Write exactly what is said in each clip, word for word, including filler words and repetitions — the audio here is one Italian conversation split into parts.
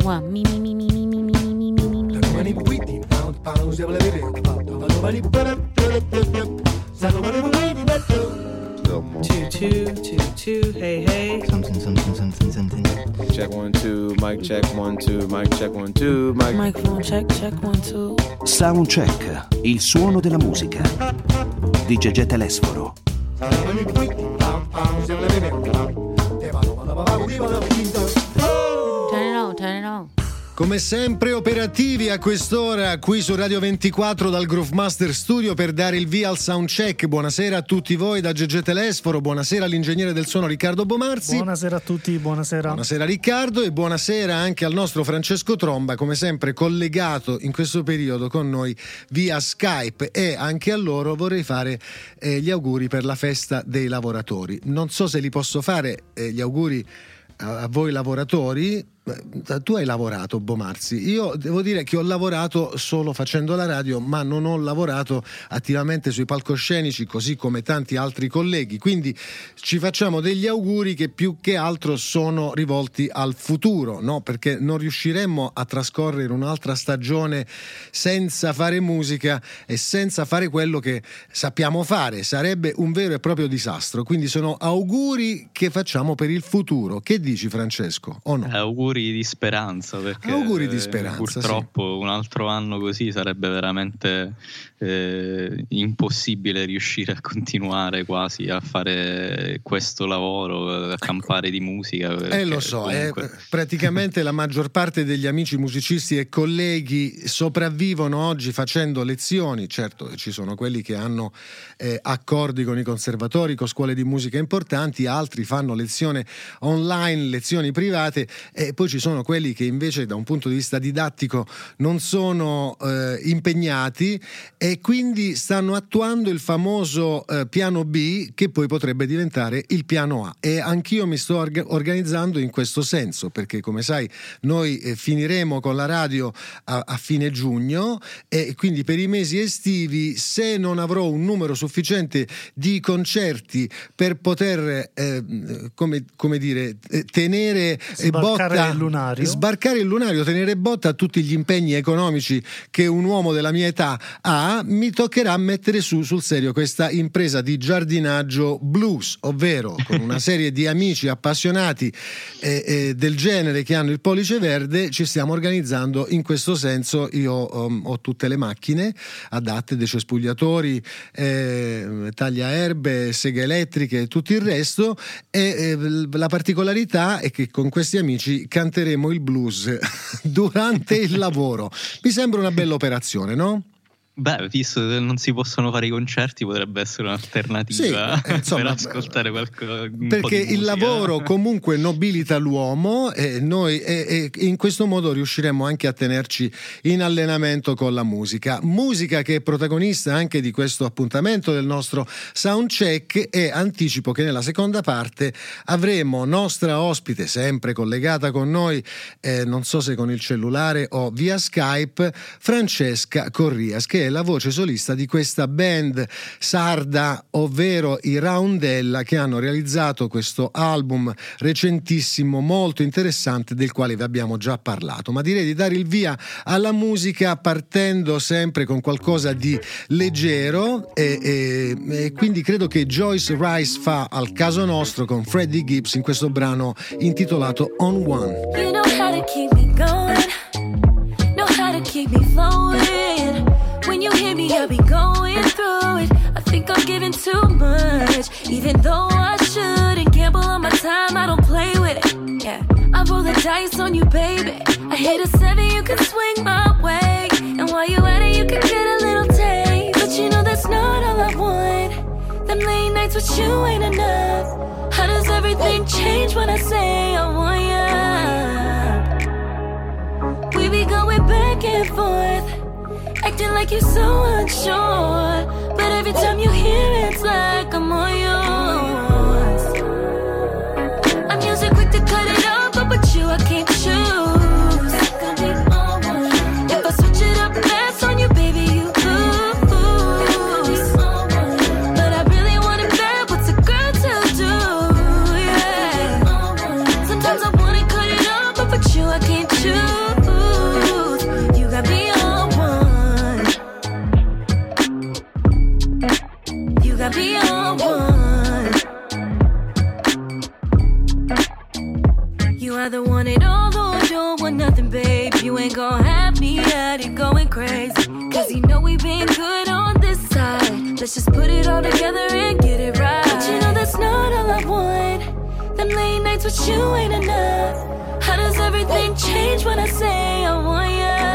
moi. Mi mi mi mi mi mi mi mi mi mi mi. Two, two, two, two, hey, hey. Something, something, something, something. Check one, two, mic check one, two, mic check one, two, mic. Microphone check, check one, two. Soundcheck, il suono della musica di Gegè Telesforo. Turn it on, turn it on. Come sempre operativi a quest'ora qui su Radio ventiquattro dal Groove Master Studio per dare il via al soundcheck. Buonasera a tutti voi da Gegè Telesforo, buonasera all'ingegnere del suono Riccardo Bomarzi. Buonasera a tutti, buonasera. Buonasera Riccardo e buonasera anche al nostro Francesco Tromba, come sempre collegato in questo periodo con noi via Skype, e anche a loro vorrei fare eh, gli auguri per la festa dei lavoratori. Non so se li posso fare eh, gli auguri a, a voi lavoratori. Tu hai lavorato, Bomarzi. Io devo dire che ho lavorato solo facendo la radio, ma non ho lavorato attivamente sui palcoscenici, così come tanti altri colleghi. Quindi ci facciamo degli auguri che più che altro sono rivolti al futuro, no? Perché non riusciremmo a trascorrere un'altra stagione senza fare musica e senza fare quello che sappiamo fare. Sarebbe un vero e proprio disastro. Quindi sono auguri che facciamo per il futuro. Che dici, Francesco? O no? Eh, auguri di speranza, perché auguri di speranza, purtroppo sì. Un altro anno così sarebbe veramente eh, impossibile riuscire a continuare quasi a fare questo lavoro, a campare di musica. Eh lo so, comunque... eh, praticamente la maggior parte degli amici musicisti e colleghi sopravvivono oggi facendo lezioni. Certo, ci sono quelli che hanno eh, accordi con i conservatori, con scuole di musica importanti, altri fanno lezione online, lezioni private, e poi ci sono quelli che invece da un punto di vista didattico non sono eh, impegnati e quindi stanno attuando il famoso eh, piano B, che poi potrebbe diventare il piano A, e anch'io mi sto orga- organizzando in questo senso, perché come sai noi eh, finiremo con la radio a, a fine giugno, e quindi per i mesi estivi, se non avrò un numero sufficiente di concerti per poter eh, come, come dire tenere botta il lunario. sbarcare il lunario, tenere botta a tutti gli impegni economici che un uomo della mia età ha, mi toccherà mettere su sul serio questa impresa di giardinaggio blues, ovvero con una serie di amici appassionati eh, eh, del genere che hanno il pollice verde ci stiamo organizzando in questo senso. Io um, ho tutte le macchine adatte, dei cespugliatori, eh, tagliaerbe, seghe elettriche e tutto il resto, e eh, la particolarità è che con questi amici canteremo il blues durante il lavoro. Mi sembra una bella operazione, no? Beh, visto che non si possono fare i concerti, potrebbe essere un'alternativa, sì, insomma, per ascoltare qualcosa. Perché il lavoro comunque nobilita l'uomo, e noi e, e in questo modo riusciremo anche a tenerci in allenamento con la musica. Musica che è protagonista anche di questo appuntamento del nostro soundcheck, e anticipo che nella seconda parte avremo nostra ospite, sempre collegata con noi, eh, non so se con il cellulare o via Skype, Francesca Corrias, che è la voce solista di questa band sarda, ovvero i Roundella, che hanno realizzato questo album recentissimo molto interessante, del quale vi abbiamo già parlato. Ma direi di dare il via alla musica partendo sempre con qualcosa di leggero, e, e, e quindi credo che Joyce Rice fa al caso nostro con Freddie Gibbs in questo brano intitolato On One. You know how to keep me going, know how to keep me flowing. When you hear me, I'll be going through it. I think I'm giving too much, even though I shouldn't. Gamble on my time, I don't play with it. Yeah, I roll the dice on you, baby. I hit a seven, you can swing my way. And while you at it, you can get a little taste. But you know that's not all I want. Them late nights with you ain't enough. How does everything change when I say I want you? We be going back and forth, acting like you're so unsure. But every time you hear it, it's like I'm all yours. I'm usually quick to cut it off, but with you I can't choose. If I switch it up fast on you, baby, you lose. But I really want it bad, what's a girl to do? Yeah. Sometimes I wanna cut it off, but with you I can't choose. You either want it all or don't want nothing, babe. You ain't gon' have me at it going crazy. Cause you know we've been good on this side. Let's just put it all together and get it right. But you know that's not all I want. Them late nights with you ain't enough. How does everything change when I say I want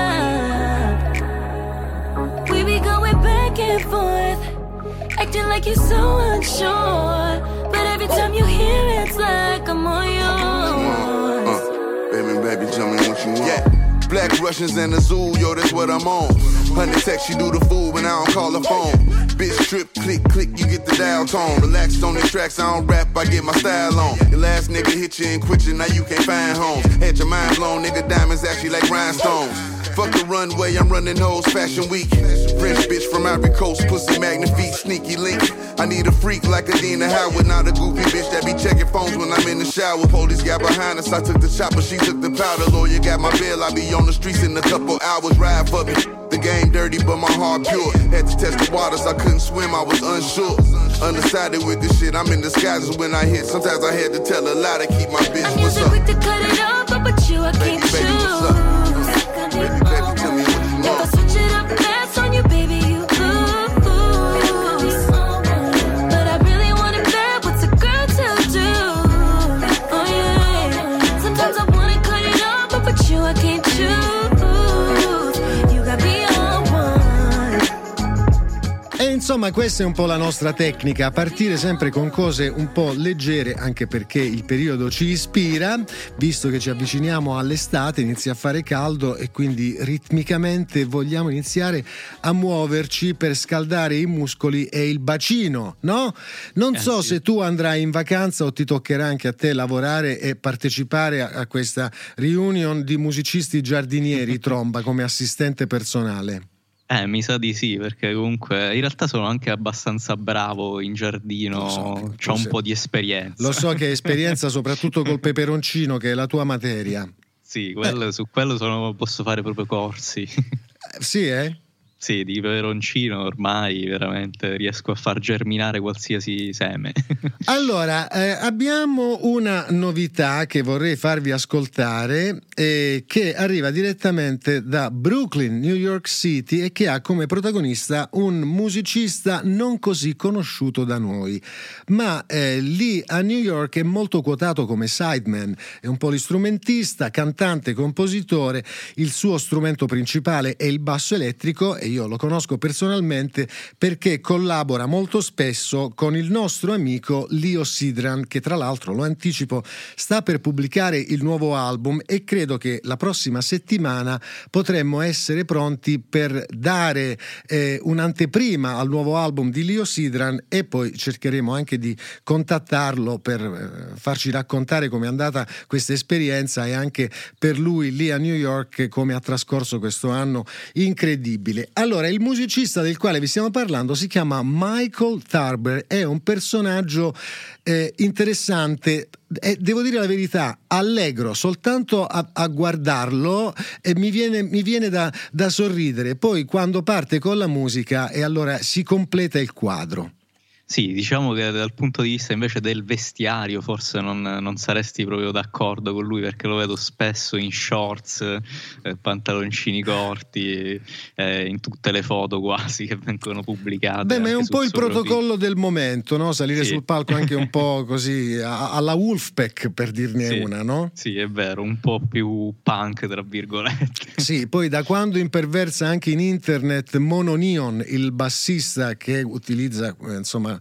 ya? We be going back and forth, acting like you're so unsure. But every time you hear it, it's like I'm all yours. uh, Baby, baby, tell me what you want. Yeah. Black Russians and Azul, yo, that's what I'm on. Honey text, she do the fool when I don't call her phone. Bitch trip, click, click, you get the dial tone. Relaxed on the tracks, I don't rap, I get my style on. Your last nigga hit you and quit you, now you can't find home. Had your mind blown, nigga, diamonds actually like rhinestones. Fuck the runway, I'm running hoes fashion week. French bitch from Ivory Coast, pussy magnifique, sneaky link. I need a freak like Adina Howard, not a goofy bitch that be checking phones when I'm in the shower. Police got behind us, I took the chopper, she took the powder. Lawyer got my bail, I be on the streets in a couple hours, ride for me. The game dirty, but my heart pure. Had to test the waters, I couldn't swim, I was unsure. Undecided with this shit, I'm in disguises when I hit. Sometimes I had to tell a lie to keep my bitch. I'm what's usually up? quick to cut it off, but with you I Baby, can't baby, choose. what's up? Baby, baby, tell me what you If I want. switch it up fast on you, baby, you lose. But I really want it bad, what's a girl to do? Oh yeah. Sometimes I wanna cut it off, but with you I can't choose. You got me on one. E insomma questa è un po' la nostra tecnica, partire sempre con cose un po' leggere, anche perché il periodo ci ispira, visto che ci avviciniamo all'estate, inizia a fare caldo e quindi ritmicamente vogliamo iniziare a muoverci per scaldare i muscoli e il bacino, no? Non Eh, so sì. se tu andrai in vacanza o ti toccherà anche a te lavorare e partecipare a, a questa reunion di musicisti giardinieri tromba come assistente personale. Eh, mi sa di sì, perché comunque in realtà sono anche abbastanza bravo in giardino, Lo so che tu ho un sei- po' di esperienza. Lo so che hai esperienza soprattutto col peperoncino, che è la tua materia. Sì, quello- su quello sono- posso fare proprio corsi. Eh, Sì, eh? Sì, di peperoncino ormai veramente riesco a far germinare qualsiasi seme. Allora, eh, abbiamo una novità che vorrei farvi ascoltare, eh, che arriva direttamente da Brooklyn, New York City, e che ha come protagonista un musicista non così conosciuto da noi, ma eh, lì a New York è molto quotato come sideman, è un polistrumentista, cantante, compositore. Il suo strumento principale è il basso elettrico e io lo conosco personalmente perché collabora molto spesso con il nostro amico Leo Sidran, che tra l'altro, lo anticipo, sta per pubblicare il nuovo album e credo che la prossima settimana potremmo essere pronti per dare eh, un'anteprima al nuovo album di Leo Sidran e poi cercheremo anche di contattarlo per eh, farci raccontare come è andata questa esperienza e anche per lui lì a New York come ha trascorso questo anno incredibile. Allora, il musicista del quale vi stiamo parlando si chiama Michael Tarber, è un personaggio eh, interessante. E devo dire la verità, allegro soltanto a, a guardarlo e mi viene, mi viene da, da sorridere. Poi quando parte con la musica e allora si completa il quadro. Sì, diciamo che dal punto di vista invece del vestiario forse non, non saresti proprio d'accordo con lui, perché lo vedo spesso in shorts, eh, pantaloncini corti, eh, in tutte le foto quasi che vengono pubblicate. Beh, ma è anche un sul po' il suo protocollo profilo. del momento, no? Salire Sì. sul palco anche un po' così a- alla Wolfpack, per dirne Sì. una, no? Sì, è vero, un po' più punk tra virgolette. Sì, poi da quando imperversa anche in internet Mono Neon, il bassista che utilizza eh, insomma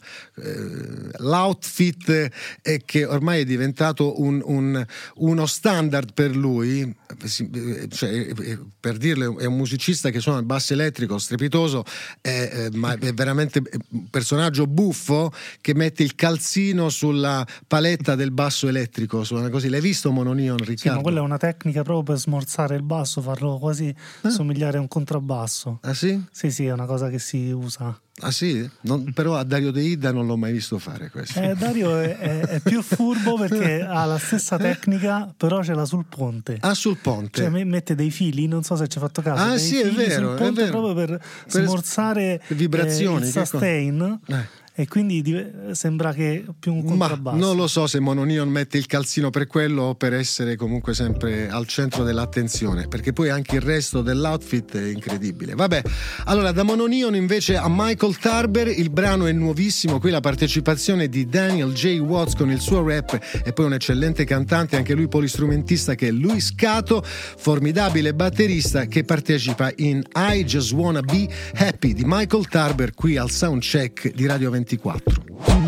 eh, l'outfit e che ormai è diventato un, un- uno standard per lui, eh, sì, eh, cioè, eh, per dirle è un musicista che suona il basso elettrico strepitoso, eh, eh, ma è veramente un personaggio buffo che mette il calzino sulla paletta del basso elettrico, suona così. L'hai visto Mono Neon, Riccardo? Sì, ma quella è una tecnica proprio per smorzare il basso, farlo quasi Ah. somigliare a un contrabbasso. Ah sì? Sì, sì, è una cosa che si usa. Ah sì? Non- però a Dario De Ida non l'ho mai visto fare questo. Eh, Dario è, è- è più furbo perché ha la stessa tecnica, però ce l'ha sul ponte. Ah, sul ponte. Cioè me- mette dei fili, non so se ci hai fatto caso. Ah, dei sì, è fili vero, sul è ponte vero. proprio per, Per smorzare le vibrazioni, eh, il che co- sustain. Eh. e quindi div- sembra che più un contrabbasso. Ma non lo so se Mononeon mette il calzino per quello o per essere comunque sempre al centro dell'attenzione, perché poi anche il resto dell'outfit è incredibile. Vabbè, allora da Mononeon invece a Michael Tarber, il brano è nuovissimo, qui la partecipazione di Daniel J. Watts con il suo rap e poi un eccellente cantante, anche lui polistrumentista, che è Luis Cato, formidabile batterista che partecipa in I Just Wanna Be Happy di Michael Tarber qui al Soundcheck di Radio ventiquattro.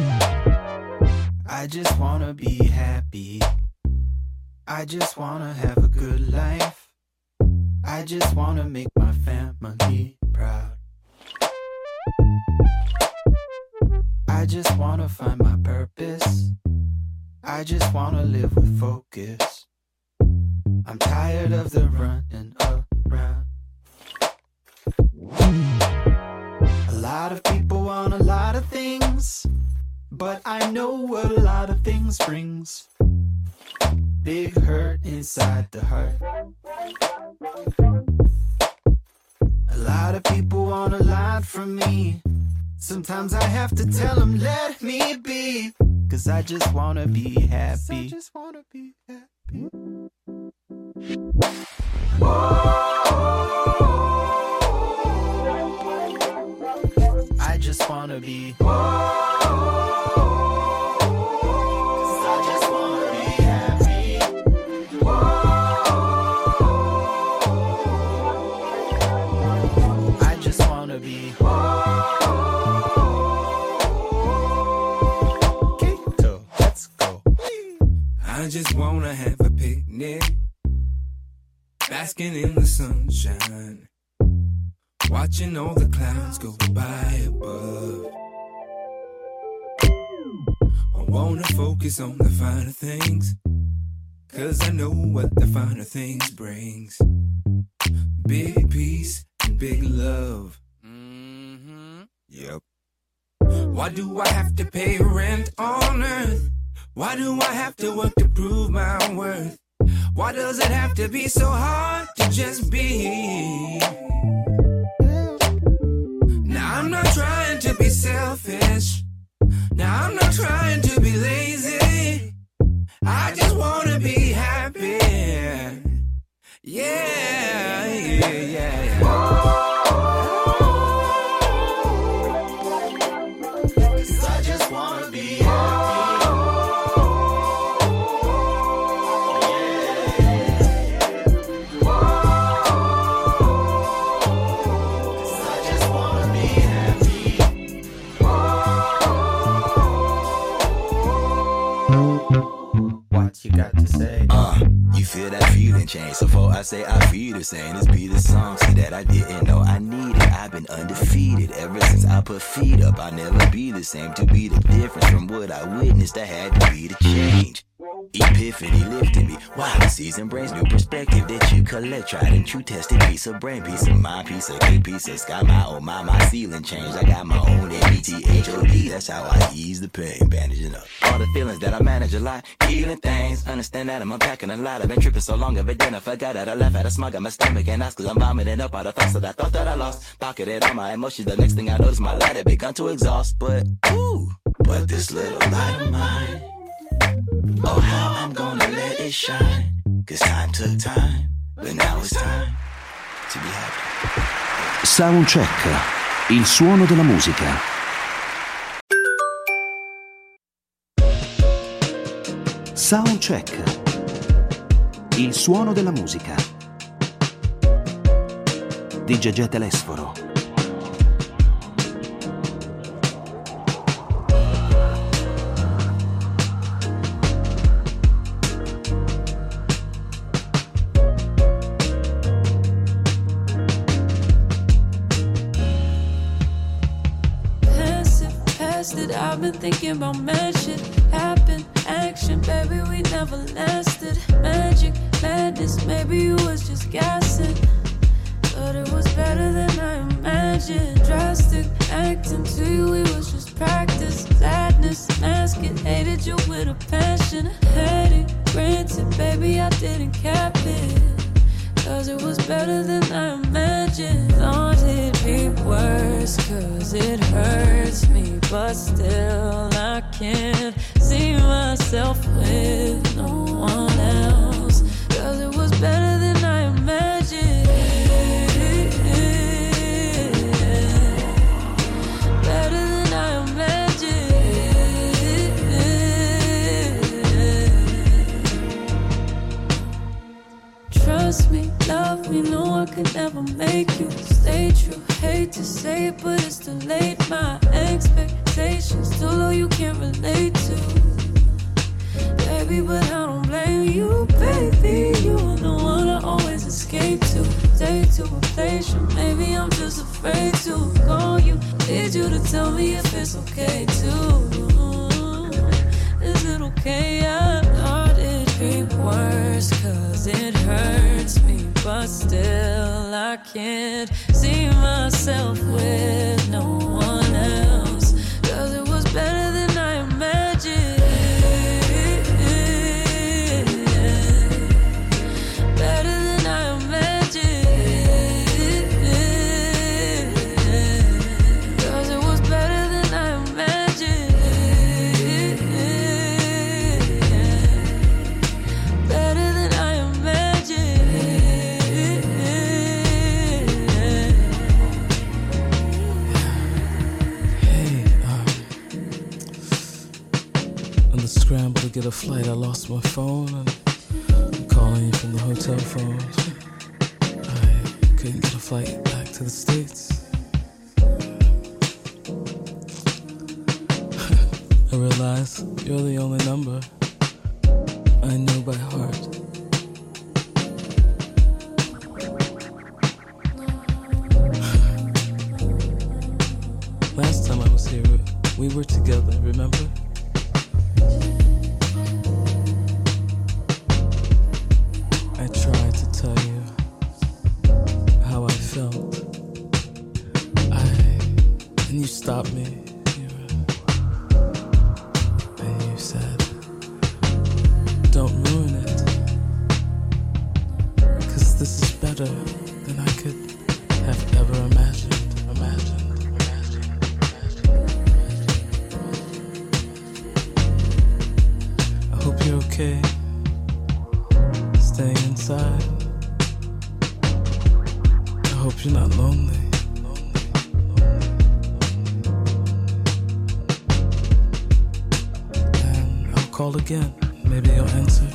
I just wanna be happy. I just wanna have a good life. I just wanna make my family proud. I just wanna find my purpose. I just wanna live with focus. I'm tired of the running around. A lot of people want a lot of things, but I know what a lot of things brings. Big hurt inside the heart. A lot of people want a lot from me. Sometimes I have to tell them let me be, 'cause I just wanna be happy. I just wanna be happy. I just wanna be. I just wanna have a picnic, basking in the sunshine, watching all the clouds go by above. I wanna focus on the finer things, 'cause I know what the finer things brings. Big peace and big love. Mm-hmm. Yep. Why do I have to pay rent on earth? Why do I have to work to prove my worth? Why does it have to be so hard to just be? Now I'm not trying to be selfish. Now I'm not trying to be lazy. I just wanna be happy. Yeah, yeah, yeah, yeah. Feel that feeling change. So before I say I feel the same, it's be the song. See that I didn't know I needed. I've been undefeated ever since I put feet up. I'll never be the same. To be the difference from what I witnessed, I had to be the change. Epiphany lifted me. Wild season brings new perspective that you collect. Tried and true tested. Piece of brain, piece of mind, piece of cake, piece of sky. My oh my, my ceiling changed. I got my own M E T H O D. That's how I ease the pain. Bandaging up all the feelings that I manage a lot. Healing things. Understand that I'm unpacking a lot. I've been tripping so long, every day I forgot that I left. Had a smug at my stomach and that's 'cause I'm vomiting up all the thoughts that I thought that I lost. Pocketed all my emotions. The next thing I noticed, my light had begun to exhaust. But ooh, but this little light of mine, oh how I'm gonna let it shine. 'Cause time took time, but now it's time to be happy. Soundcheck, il suono della musica. Soundcheck, il suono della musica. D J Jet Telesforo. That I've been thinking about mad shit happen, action, baby, we never lasted. Magic, madness, maybe you was just guessing, but it was better than I imagined. Drastic acting to you, it was just practice. Sadness, mask it, hated you with a passion. Had it, granted, baby, I didn't cap it, 'cause it was better than I imagined. Thought it'd be worse, 'cause it hurts me, but still I can't see myself with no one else. Cause it was better than I imagined. Better than I imagined. Trust me, love me, no I could never make you stay true. Hate to say it, but it's too late. My expectations too low, you can't relate to. Baby, but I don't blame you, baby. You are the one I always escape to. Take to replace you, maybe I'm just afraid to call you. Need you to tell me if it's okay too. Is it okay? I thought it'd be worse, cause it hurts me, but still I can't see myself with no one else. Cause it was better than I imagined. Better than I imagined. Cause it was better than I imagined. Better than I imagined. Hey, um, on the scramble to get a flight, I lost my phone and I'm calling you from the hotel phone. I couldn't get a flight back to the States. I realize you're the only number I know by heart. Last time I was here, we were together, remember? I tried to tell you how I felt. I and you stopped me. You were, and you said, "Don't ruin it, 'cause this is better than I could have ever imagined." Imagined. I hope you're okay. Staying inside. I hope you're not lonely. And I'll call again. Maybe you'll answer.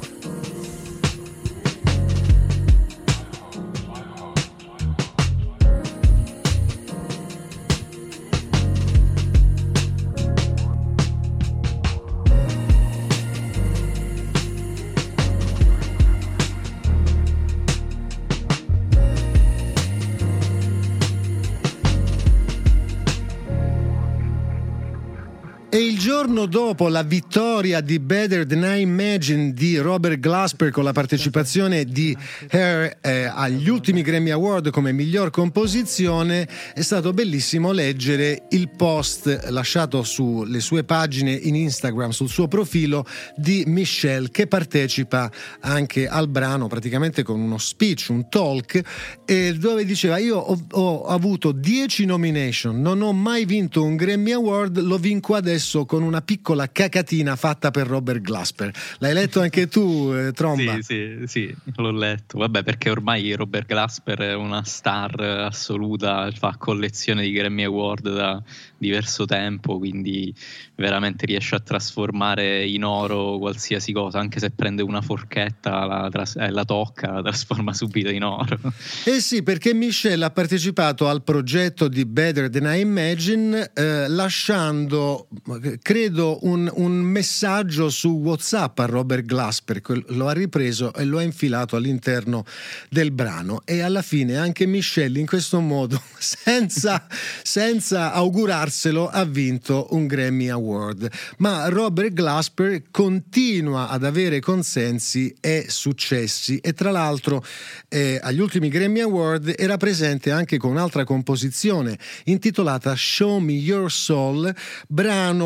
E il giorno dopo la vittoria di Better Than I Imagined di Robert Glasper con la partecipazione di Her eh, agli ultimi Grammy Award come miglior composizione, è stato bellissimo leggere il post lasciato sulle sue pagine in Instagram, sul suo profilo, di Michelle, che partecipa anche al brano praticamente con uno speech, un talk, eh, dove diceva: io ho, ho avuto dieci nomination, non ho mai vinto un Grammy Award, lo vinco adesso con una piccola cacatina fatta per Robert Glasper. L'hai letto anche tu, eh, Tromba? Sì, sì, sì, l'ho letto. Vabbè, perché ormai Robert Glasper è una star assoluta, fa collezione di Grammy Award da diverso tempo, quindi veramente riesce a trasformare in oro qualsiasi cosa, anche se prende una forchetta, la, tras- eh, la tocca, la trasforma subito in oro. Eh sì, perché Michelle ha partecipato al progetto di Better Than I Imagine, eh, lasciando, credo, un, un messaggio su WhatsApp a Robert Glasper, lo ha ripreso e lo ha infilato all'interno del brano, e alla fine anche Michelle in questo modo, senza, senza augurarselo, ha vinto un Grammy Award. Ma Robert Glasper continua ad avere consensi e successi, e tra l'altro eh, agli ultimi Grammy Award era presente anche con un'altra composizione intitolata Show Me Your Soul, brano portante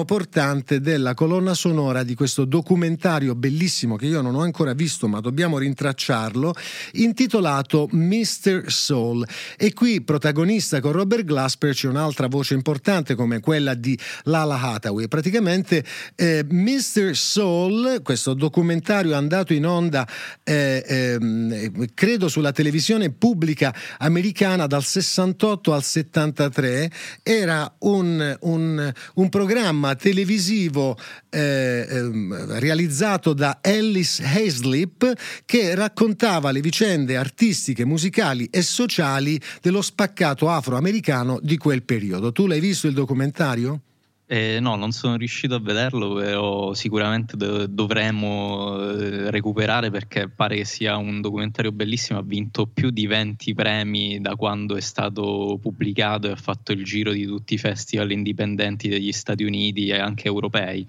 importante della colonna sonora di questo documentario bellissimo che io non ho ancora visto, ma dobbiamo rintracciarlo, intitolato mister Soul. E qui protagonista con Robert Glasper c'è un'altra voce importante come quella di Lalah Hathaway. Praticamente eh, mister Soul, questo documentario è andato in onda eh, eh, credo sulla televisione pubblica americana dal sessantotto al settantatré, era un, un, un programma televisivo eh, eh, realizzato da Ellis Haslip che raccontava le vicende artistiche, musicali e sociali dello spaccato afroamericano di quel periodo. Tu l'hai visto il documentario? Eh, no, non sono riuscito a vederlo, però sicuramente do- dovremmo eh, recuperare, perché pare che sia un documentario bellissimo. Ha vinto più di venti premi da quando è stato pubblicato e ha fatto il giro di tutti i festival indipendenti degli Stati Uniti e anche europei.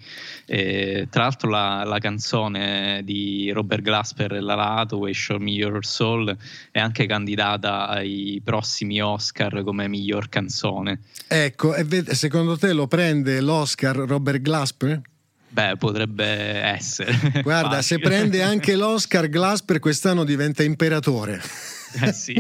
Eh, tra l'altro la, la canzone di Robert Glasper e Lalah Hathaway, Show Me Your Soul, è anche candidata ai prossimi Oscar come miglior canzone. Ecco, e ved- secondo te lo prende l'Oscar Robert Glasper? Beh, potrebbe essere. Guarda, facile. Se prende anche l'Oscar, Glasper quest'anno diventa imperatore. Eh sì,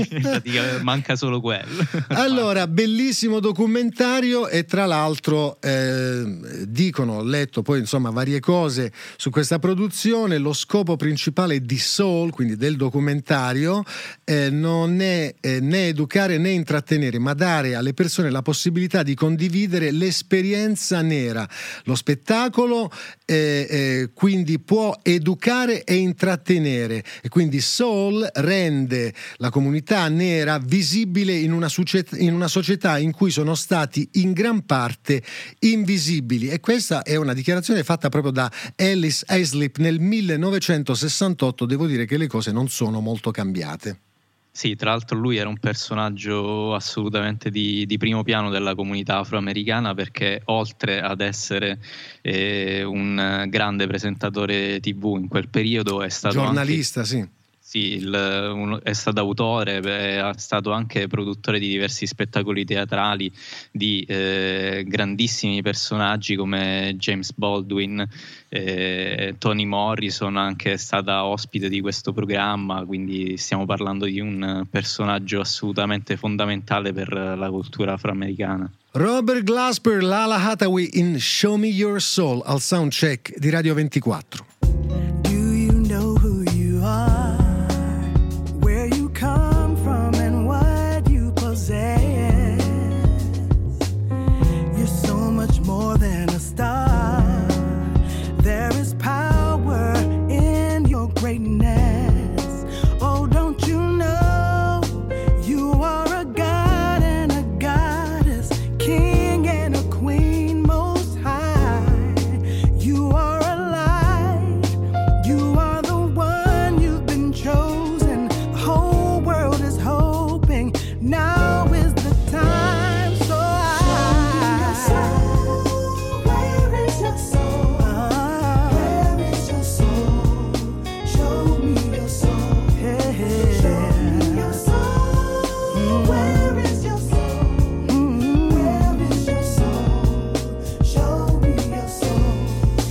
manca solo quello. Allora, bellissimo documentario, e tra l'altro eh, dicono, ho letto poi insomma varie cose su questa produzione. Lo scopo principale di Soul, quindi del documentario, eh, non è eh, né educare né intrattenere, ma dare alle persone la possibilità di condividere l'esperienza nera. Lo spettacolo eh, eh, quindi può educare e intrattenere, e quindi Soul rende la comunità nera visibile in una, società, in una società in cui sono stati in gran parte invisibili. E questa è una dichiarazione fatta proprio da Ellis Haslip nel millenovecentosessantotto. Devo dire che le cose non sono molto cambiate. Sì, tra l'altro lui era un personaggio assolutamente di, di primo piano della comunità afroamericana, perché oltre ad essere eh, un grande presentatore tivù in quel periodo è stato giornalista, anche... sì. Sì, il, un, è stato autore, è stato anche produttore di diversi spettacoli teatrali di eh, grandissimi personaggi come James Baldwin, eh, Toni Morrison, anche è stata ospite di questo programma, quindi stiamo parlando di un personaggio assolutamente fondamentale per la cultura afroamericana. Robert Glasper, Lalah Hathaway in Show Me Your Soul al Soundcheck di Radio ventiquattro. Do you know who you are? Come from and what you possess. You're so much more than a star. There is power in your greatness. Oh, don't you know you are a god and a goddess, king and a queen most high. You are a light. You are the one you've been chosen. Whole world is hoping now is the time. So I where is your soul? Where is your soul? Show me your soul. Show me your soul. Where is your soul? Where is your soul? Show me your soul.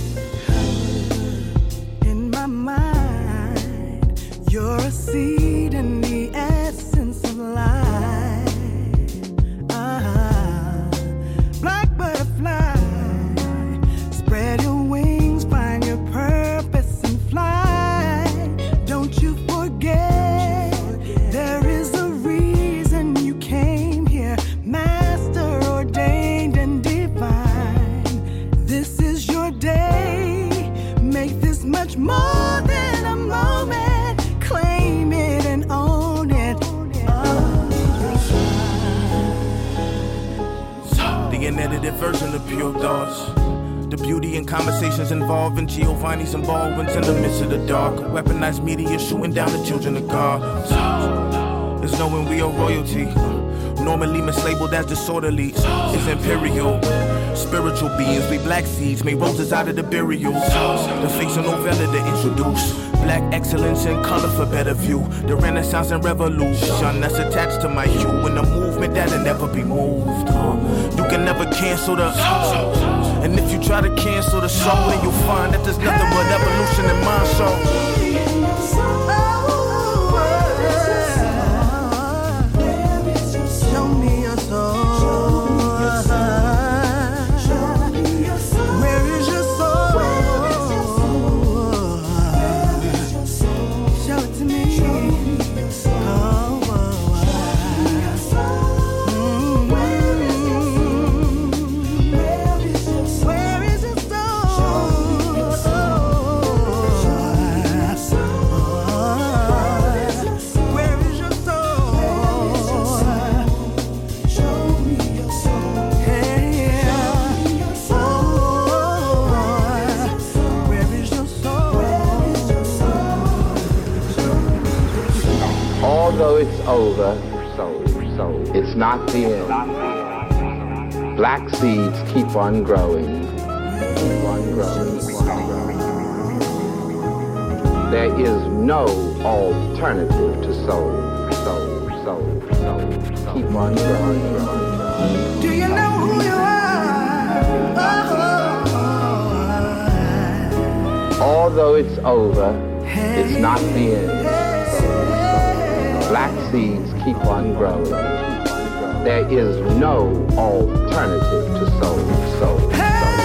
In my mind, you're a seed in the essence of life. Ah, black butterfly, spread your wings, find your purpose and fly. Don't you forget, there is a reason you came here, master ordained and divine. This is your day, make this much more than a moment. Claim it and own it. The unedited version of pure thoughts. The beauty and conversations involving Giovanni's and Baldwin's in the midst of the dark. Weaponized media shooting down the children of God. is knowing we are royalty. Normally mislabeled as disorderly, it's imperial. Spiritual beings, we black seeds, made roses out of the burials. The face of novella to introduce. Black excellence in color for better view. The renaissance and revolution that's attached to my hue. And the movement that'll never be moved. You can never cancel the and if you try to cancel the soul, then you'll find that there's nothing but evolution in my soul. Although it's over, so, so, it's not the end. Black seeds keep on growing, keep on growing, keep on growing. There is no alternative to soul, soul, soul, soul. Keep on growing, growing, growing. Do you know who you are? Although it's over, it's not the end. Black seeds keep on growing. There is no alternative to soul, soul, soul.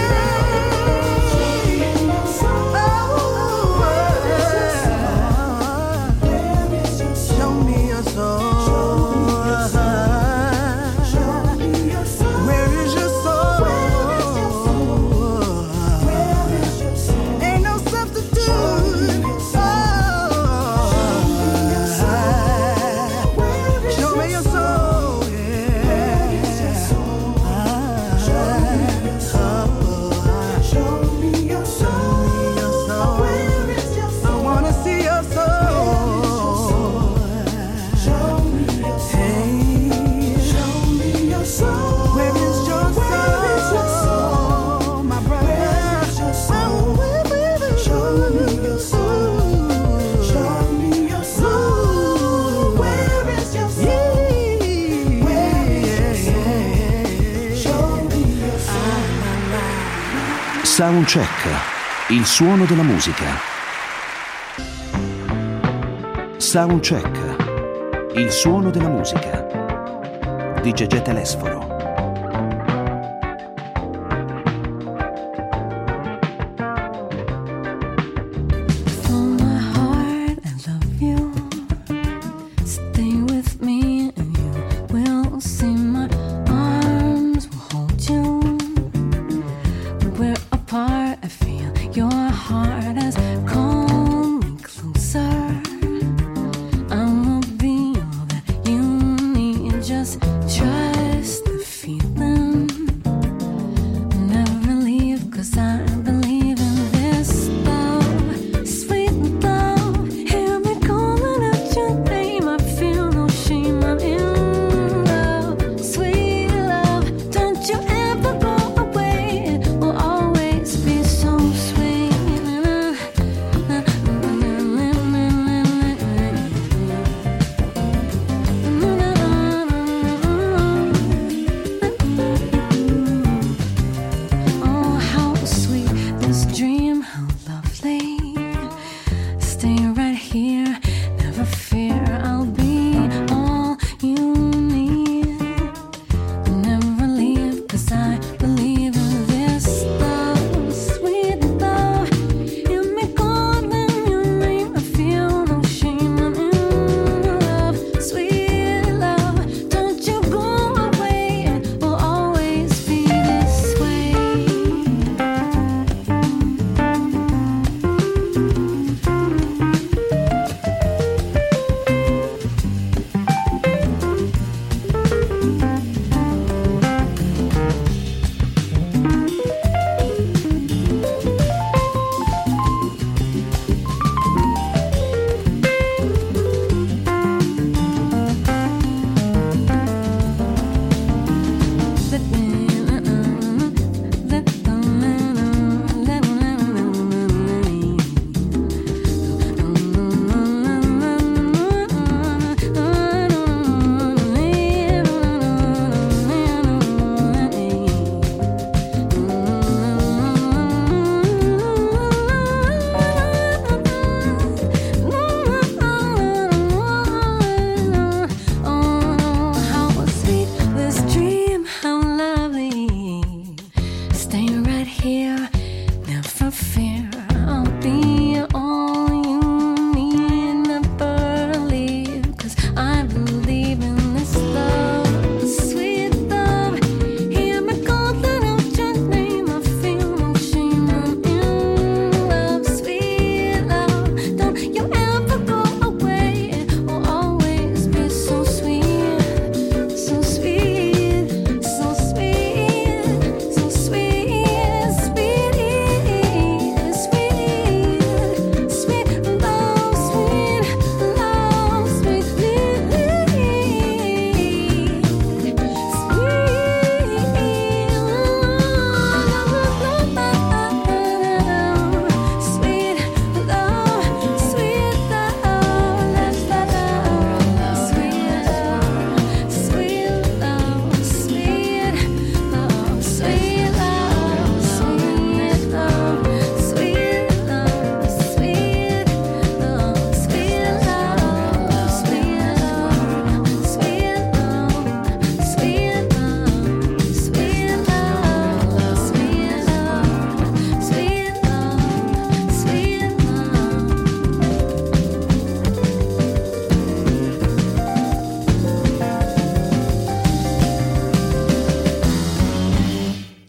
Soundcheck, il suono della musica. Soundcheck, il suono della musica. Di Gegè Telesforo. Just trust the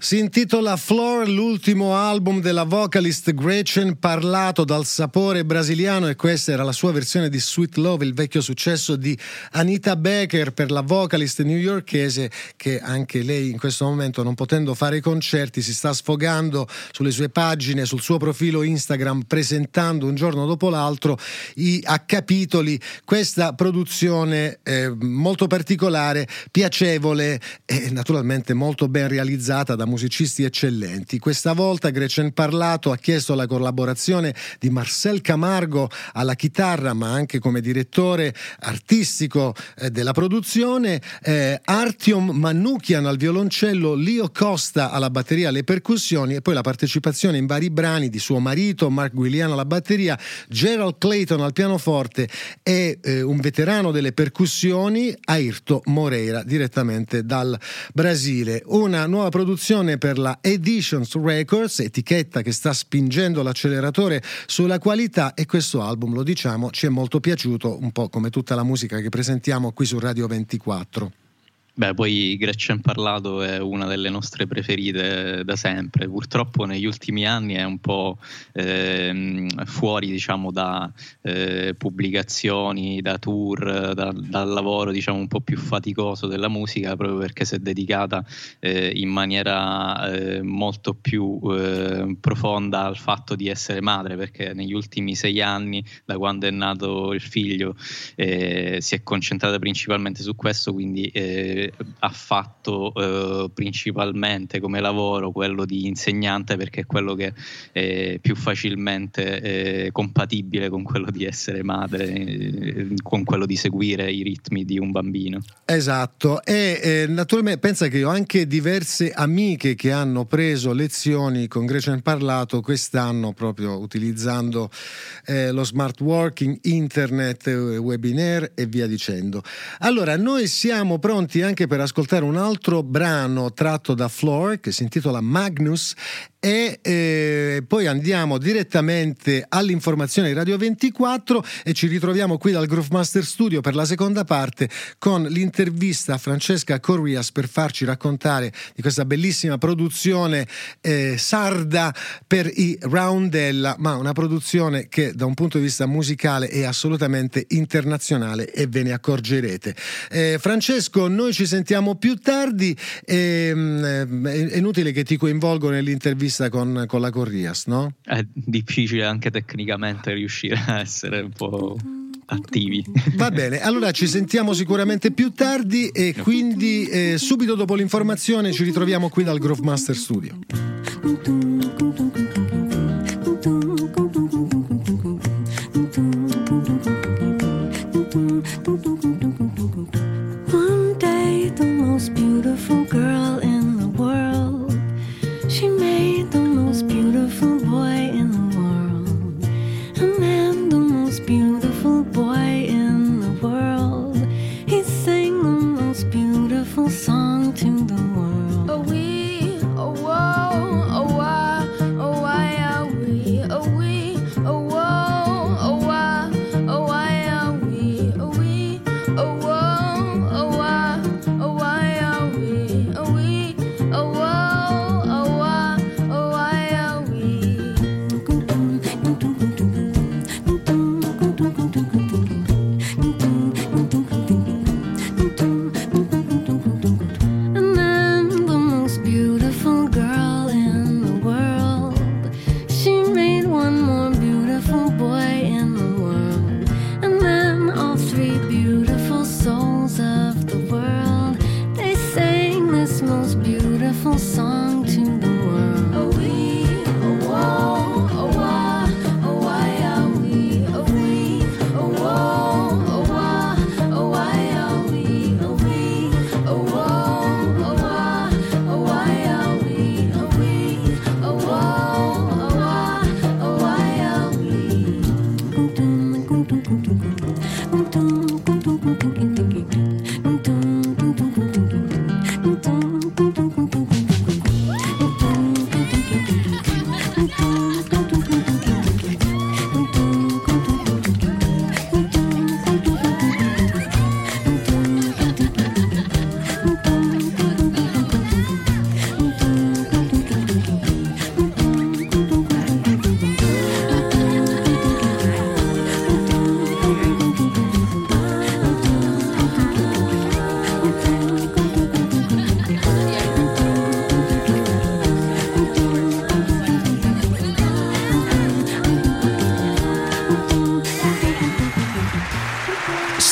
Si intitola Floor, l'ultimo album della vocalist Gretchen Parlato, dal sapore brasiliano, e questa era la sua versione di Sweet Love, il vecchio successo di Anita Baker per la vocalist newyorkese, che anche lei in questo momento, non potendo fare i concerti, si sta sfogando sulle sue pagine, sul suo profilo Instagram, presentando un giorno dopo l'altro i, a capitoli questa produzione eh, molto particolare, piacevole e naturalmente molto ben realizzata da musicisti eccellenti. Questa volta Gretchen Parlato ha chiesto la collaborazione di Marcel Camargo alla chitarra, ma anche come direttore artistico eh, della produzione, eh, Artyom Manoukian al violoncello, Leo Costa alla batteria, alle percussioni, e poi la partecipazione in vari brani di suo marito Mark Guiliano alla batteria, Gerald Clayton al pianoforte e eh, un veterano delle percussioni, Airto Moreira, direttamente dal Brasile. Una nuova produzione per la Editions Records, etichetta che sta spingendo l'acceleratore sulla qualità, e questo album, lo diciamo, ci è molto piaciuto, un po' come tutta la musica che presentiamo qui su Radio ventiquattro. Beh, poi Gretchen Parlato è una delle nostre preferite da sempre. Purtroppo negli ultimi anni è un po' eh, fuori, diciamo, da eh, pubblicazioni, da tour, da, dal lavoro, diciamo, un po' più faticoso della musica, proprio perché si è dedicata eh, in maniera eh, molto più eh, profonda al fatto di essere madre, perché negli ultimi sei anni, da quando è nato il figlio, eh, si è concentrata principalmente su questo, quindi eh, ha fatto eh, principalmente come lavoro quello di insegnante, perché è quello che è più facilmente eh, compatibile con quello di essere madre, eh, con quello di seguire i ritmi di un bambino. Esatto, e eh, naturalmente pensa che io ho anche diverse amiche che hanno preso lezioni con Gretchen Parlato quest'anno, proprio utilizzando eh, lo smart working, internet, webinar e via dicendo. Allora, noi siamo pronti anche per ascoltare un altro brano tratto da Floor che si intitola Magnus, e eh, poi andiamo direttamente all'informazione di Radio ventiquattro e ci ritroviamo qui dal Groove Master Studio per la seconda parte con l'intervista a Francesca Corrias per farci raccontare di questa bellissima produzione eh, sarda per i Roundella, ma una produzione che da un punto di vista musicale è assolutamente internazionale, e ve ne accorgerete. Eh, Francesco, noi ci sentiamo più tardi, e, mh, è inutile che ti coinvolgo nell'intervista Con, con la Corrias, no? È difficile anche tecnicamente riuscire a essere un po' attivi. Va bene, allora ci sentiamo sicuramente più tardi, e quindi eh, subito dopo l'informazione ci ritroviamo qui dal Groove Master Studio. One day the most beautiful girl in the world, she made the most beautiful boy in the world, and then the most beautiful boy in the world, he sang the most beautiful song to the world. Oh we, oh whoa, oh why, oh why are we, oh we, oh whoa, oh why, oh why are we, oh we, oh whoa, oh why, oh why are we, oh we, oh whoa, oh why, oh why are we. And then the most beautiful girl in the world, she made one more beautiful boy in the world, and then all three beautiful souls of the world, they sang this most beautiful song to the world. Oh we, oh whoa, oh why, oh why are we, oh we, oh whoa, oh why, oh why are we, oh we, oh whoa, oh why, oh why are we, oh we, oh whoa, oh why, oh why are we.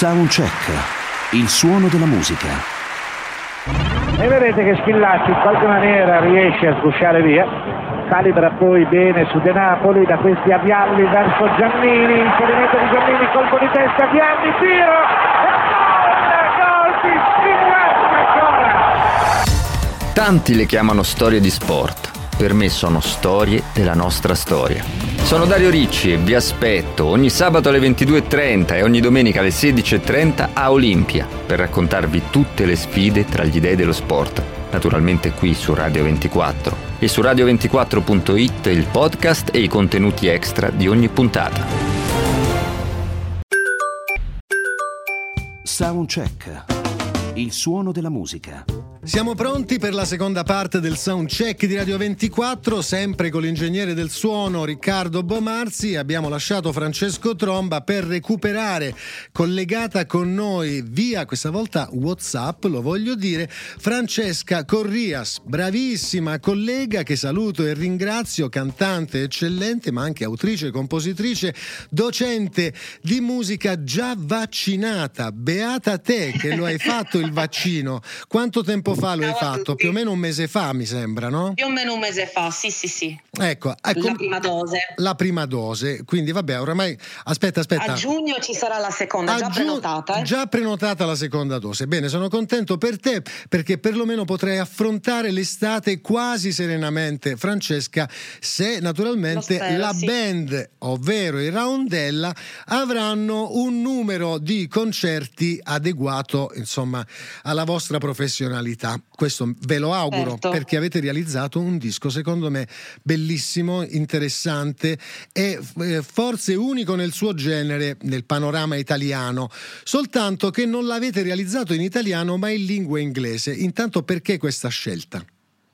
Soundcheck, il suono della musica. E vedete che Schillaci in qualche maniera riesce a sgusciare via, calibra poi bene su De Napoli, da questi avvialli verso Giannini, inserimento di Giannini, colpo di testa, Gianni, tiro, e gol, gol di Schillaci ancora! Tanti le chiamano storie di sport, per me sono storie della nostra storia. Sono Dario Ricci e vi aspetto ogni sabato alle ventidue e trenta e ogni domenica alle sedici e trenta a Olimpia per raccontarvi tutte le sfide tra gli dei dello sport. Naturalmente qui su Radio ventiquattro e su radio ventiquattro punto it il podcast e i contenuti extra di ogni puntata. Soundcheck, il suono della musica. Siamo pronti per la seconda parte del Soundcheck di Radio ventiquattro, sempre con l'ingegnere del suono Riccardo Bomarzi. Abbiamo lasciato Francesco Tromba per recuperare, collegata con noi via, questa volta WhatsApp, lo voglio dire, Francesca Corrias, bravissima collega che saluto e ringrazio, cantante eccellente, ma anche autrice, compositrice, docente di musica già vaccinata. Beata te che lo hai fatto il vaccino. Quanto tempo fa lo hai fatto? Più o meno un mese fa, mi sembra, no? Più o meno un mese fa, sì, sì, sì. Ecco, ecco la prima dose. La prima dose, quindi vabbè, oramai aspetta, aspetta. A giugno ci sarà la seconda, A già giu- prenotata. Eh? Già prenotata la seconda dose. Bene, sono contento per te perché perlomeno potrai affrontare l'estate quasi serenamente, Francesca, se naturalmente spero, la sì. band, ovvero i Roundella, avranno un numero di concerti adeguato, insomma, alla vostra professionalità. Questo ve lo auguro, certo, perché avete realizzato un disco secondo me bellissimo, interessante e eh, forse unico nel suo genere nel panorama italiano, soltanto che non l'avete realizzato in italiano ma in lingua inglese. Intanto perché questa scelta?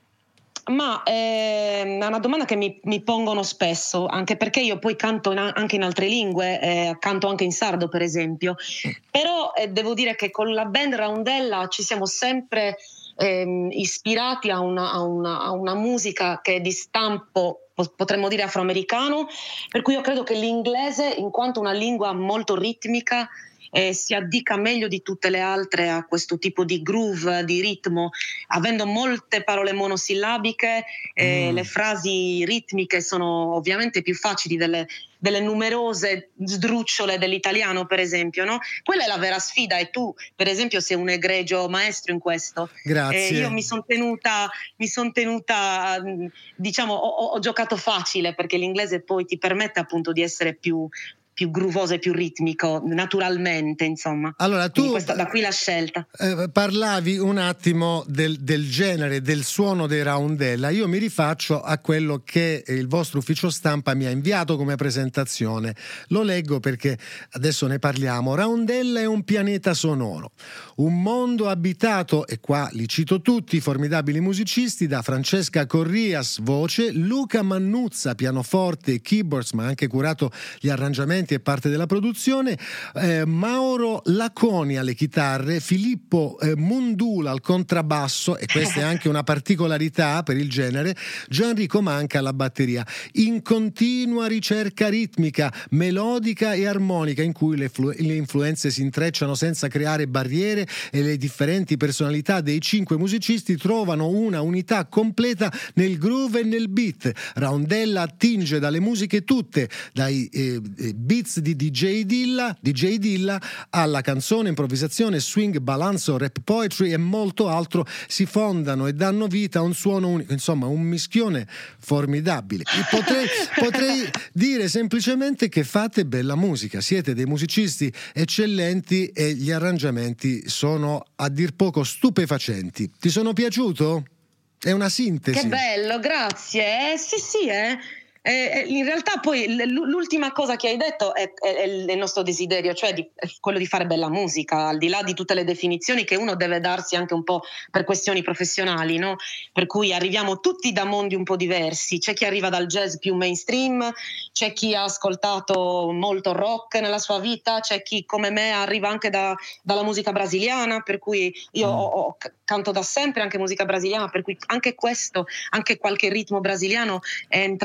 Ma eh, è una domanda che mi, mi pongono spesso, anche perché io poi canto in, anche in altre lingue, eh, canto anche in sardo per esempio, però eh, devo dire che con la band Roundella ci siamo sempre eh, ispirati a una, a, una, a una musica che è di stampo, potremmo dire afroamericano, per cui io credo che l'inglese, in quanto una lingua molto ritmica, Eh, si addica meglio di tutte le altre a questo tipo di groove, di ritmo, avendo molte parole monosillabiche, eh, mm. le frasi ritmiche sono ovviamente più facili delle, delle numerose sdrucciole dell'italiano, per esempio, no? Quella è la vera sfida e tu, per esempio, sei un egregio maestro in questo. Grazie. Eh, io mi sono tenuta, mi son tenuta, diciamo, ho, ho giocato facile perché l'inglese poi ti permette appunto di essere più più groovoso e più ritmico naturalmente, insomma. Allora tu questa, da qui la scelta. Eh, parlavi un attimo del, del genere, del suono dei Roundella. Io mi rifaccio a quello che il vostro ufficio stampa mi ha inviato come presentazione. Lo leggo perché adesso ne parliamo. Roundella è un pianeta sonoro, un mondo abitato, e qua li cito tutti, formidabili musicisti, da Francesca Corrias voce, Luca Mannuzza pianoforte e keyboards, ma ha anche curato gli arrangiamenti e parte della produzione, eh, Mauro Laconi alle chitarre, Filippo eh, Mundula al contrabbasso, e questa è anche una particolarità per il genere, Gianrico Manca alla batteria, in continua ricerca ritmica, melodica e armonica, in cui le, flu- le influenze si intrecciano senza creare barriere e le differenti personalità dei cinque musicisti trovano una unità completa nel groove e nel beat. Roundella attinge dalle musiche tutte, dai eh, beats di D J Dilla, D J Dilla alla canzone, improvvisazione, swing, balanzo, rap poetry e molto altro, si fondano e danno vita a un suono unico, insomma un mischione formidabile. Potrei, potrei dire semplicemente che fate bella musica, siete dei musicisti eccellenti e gli arrangiamenti sono a dir poco stupefacenti. Ti sono piaciuto? È una sintesi. Che bello, grazie. Eh, sì, sì, eh. Eh, in realtà poi l'ultima cosa che hai detto è, è, è il nostro desiderio, cioè di, quello di fare bella musica, al di là di tutte le definizioni che uno deve darsi anche un po' per questioni professionali, no? Per cui arriviamo tutti da mondi un po' diversi, c'è chi arriva dal jazz più mainstream, c'è chi ha ascoltato molto rock nella sua vita, c'è chi come me arriva anche da, dalla musica brasiliana, per cui io mm. ho, ho, canto da sempre anche musica brasiliana, per cui anche questo, anche qualche ritmo brasiliano entra dentro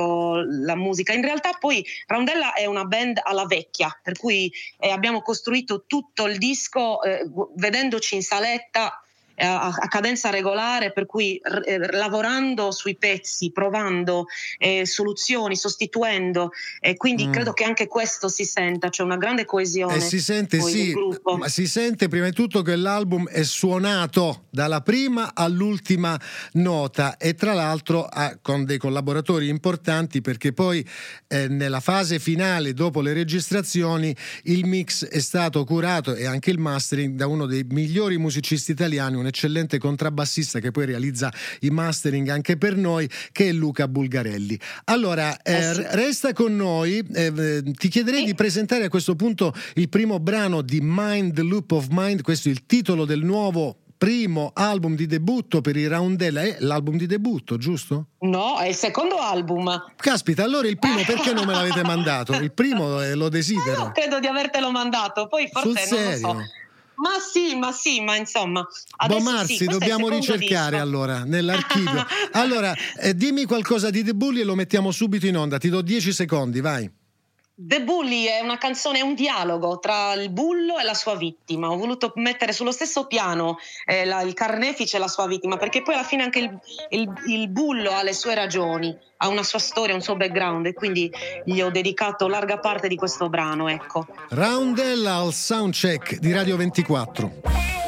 dentro la musica. In realtà poi Roundella è una band alla vecchia, per cui eh, abbiamo costruito tutto il disco eh, vedendoci in saletta a, a cadenza regolare, per cui r- lavorando sui pezzi, provando eh, soluzioni, sostituendo, e quindi mm. credo che anche questo si senta, c'è una grande coesione. E si sente, poi sì, del gruppo. ma si sente prima di tutto che l'album è suonato dalla prima all'ultima nota, e tra l'altro ha, con dei collaboratori importanti, perché poi eh, nella fase finale, dopo le registrazioni, il mix è stato curato e anche il mastering da uno dei migliori musicisti italiani, un eccellente contrabbassista che poi realizza i mastering anche per noi, che è Luca Bulgarelli. Allora eh, eh sì. resta con noi, eh, ti chiederei sì. di presentare a questo punto il primo brano di Mind, The Loop of Mind. Questo è il titolo del nuovo primo album di debutto per i Roundella. È l'album di debutto, giusto? No, è il secondo album. Caspita, allora il primo perché non me l'avete mandato? Il primo eh, lo desidero. No, credo di avertelo mandato, poi forse Sul non serio? lo so. Ma sì, ma sì, ma insomma adesso Bomarsi, sì, dobbiamo ricercare disco. allora nell'archivio. Allora, eh, dimmi qualcosa di The Bully e lo mettiamo subito in onda. Ti do dieci secondi, vai. The Bully è una canzone, è un dialogo tra il bullo e la sua vittima. Ho voluto mettere sullo stesso piano eh, la, il carnefice e la sua vittima, perché poi alla fine anche il, il, il bullo ha le sue ragioni, ha una sua storia, un suo background, e quindi gli ho dedicato larga parte di questo brano, ecco. Roundella al soundcheck di Radio ventiquattro.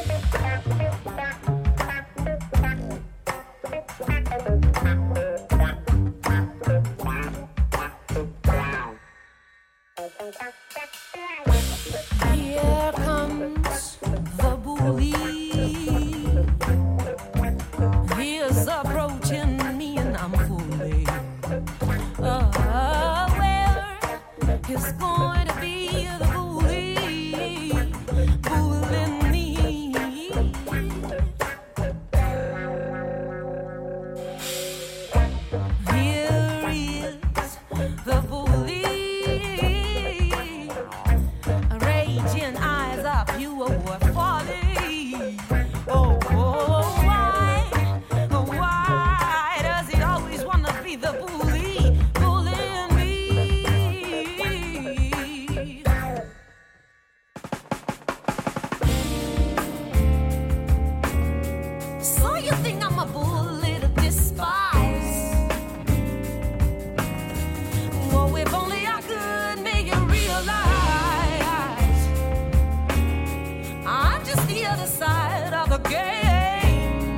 Here comes the bully. He is approaching me and I'm fully aware he's going to be the bully, bullying me. Here is the bully. Raging eyes up, you were falling. Oh, oh, why, oh, why does he always want to be the bully, bullying me? So you think I'm a bully to despise? Oh, if only I could make you realize I'm just the other side of the game,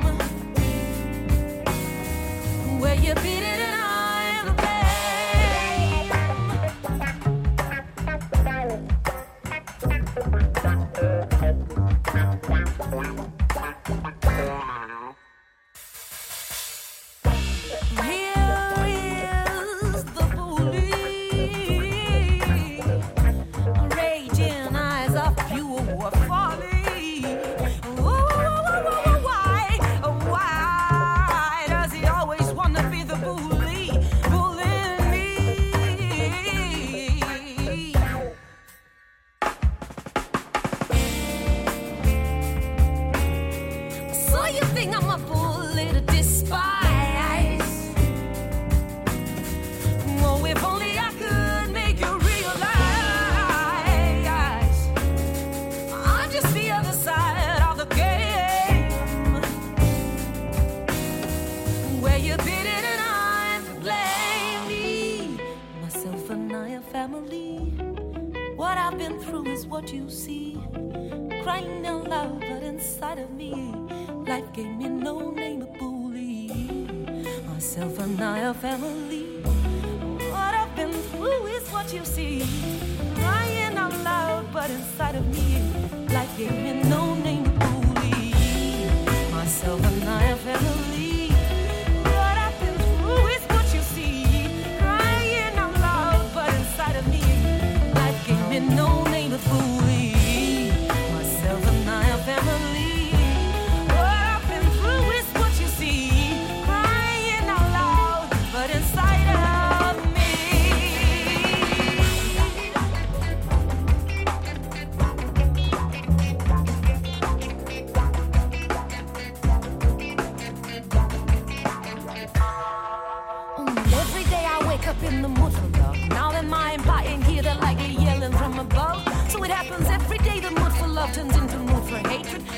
where you beat it and I am the Here is the bully, raging eyes of pure folly. Why, why does he always want to be the bully, bullying me? So you think I'm a bully to despise? Oh, if only I could make you realize I'm just the other side of the game, where you beat it and I'm to blame. Me, myself and I are family. What I've been through is what you see. Crying out loud, but inside of me, life gave me no name but bully. Myself and I are family. What I've been through is what you see. Crying out loud, but inside of me, life gave me no name but bully. Myself and I are family. What I've been through is what you see. Crying out loud, but inside of me, life gave me no name but bully. Myself and I are family. What I've been through is what you see. Crying out loud, but inside of me.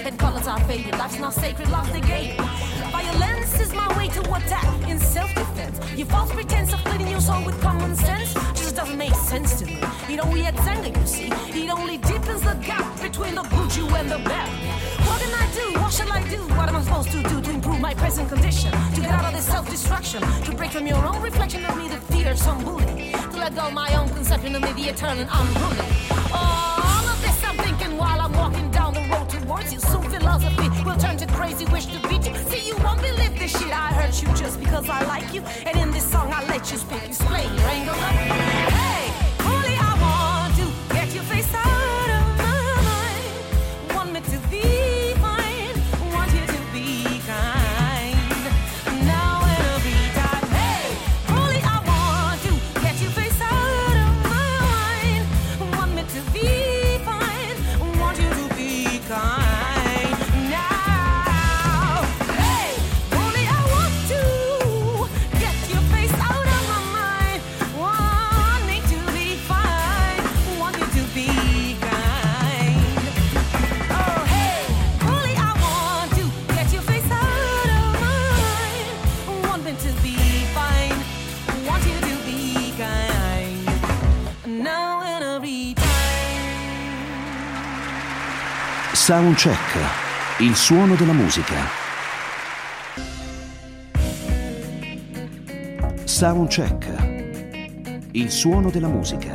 and colors are faded. Life's not sacred, love's the game. Violence is my way to attack in self-defense. Your false pretense of cleaning your soul with common sense just doesn't make sense to me. It only adds anger, you see. It only deepens the gap between the good you and the bad. What can I do? What shall I do? What am I supposed to do to improve my present condition? To get out of this self-destruction? To break from your own reflection of me that fears some bully? To let go of my own conception of me the eternal unruly? All of this I'm thinking while I'm walking down the road towards you. Soon philosophy will turn to crazy wish to beat you. See, you won't believe this shit. I hurt you just because I like you. And in this song I let you speak. Explain your angle up. Hey, only I want to get your face out of my mind. Want me to be fine. Want you to be kind. Now and every time. Hey, only I want to get your face out of my mind. Want me to be fine. Want you to be kind. Soundcheck, il suono della musica. Soundcheck, il suono della musica.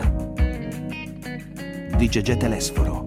di Gegè Telesforo.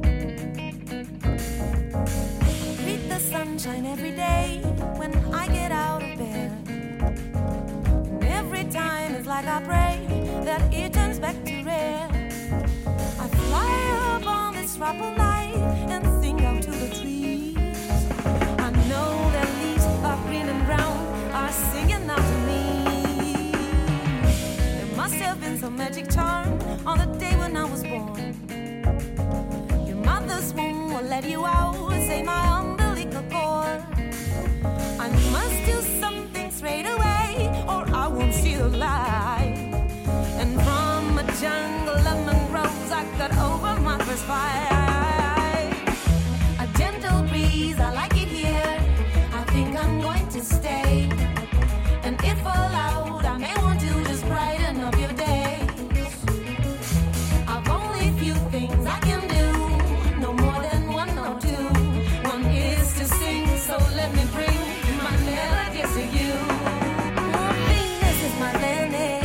Read the sunshine every day when I get out of bed. And every time it's like I pray that it turns back to red. I fly up on this rock of light and sing out to the trees. I know that leaves are green and brown are singing out to me. There must have been some magic charm on the day when I was born. Your mother's womb will let you out, say my umbilical cord. I must do something straight away or I won't see the light. And from a jungle of mangroves I got over my first fight. A gentle breeze, I like it here. I think I'm going to stay. And if allowed, I may want to just brighten up your days. I've only a few things I can do, no more than one or two. One is to sing, so let me bring my melodies to you. Oh, Venus is my planet.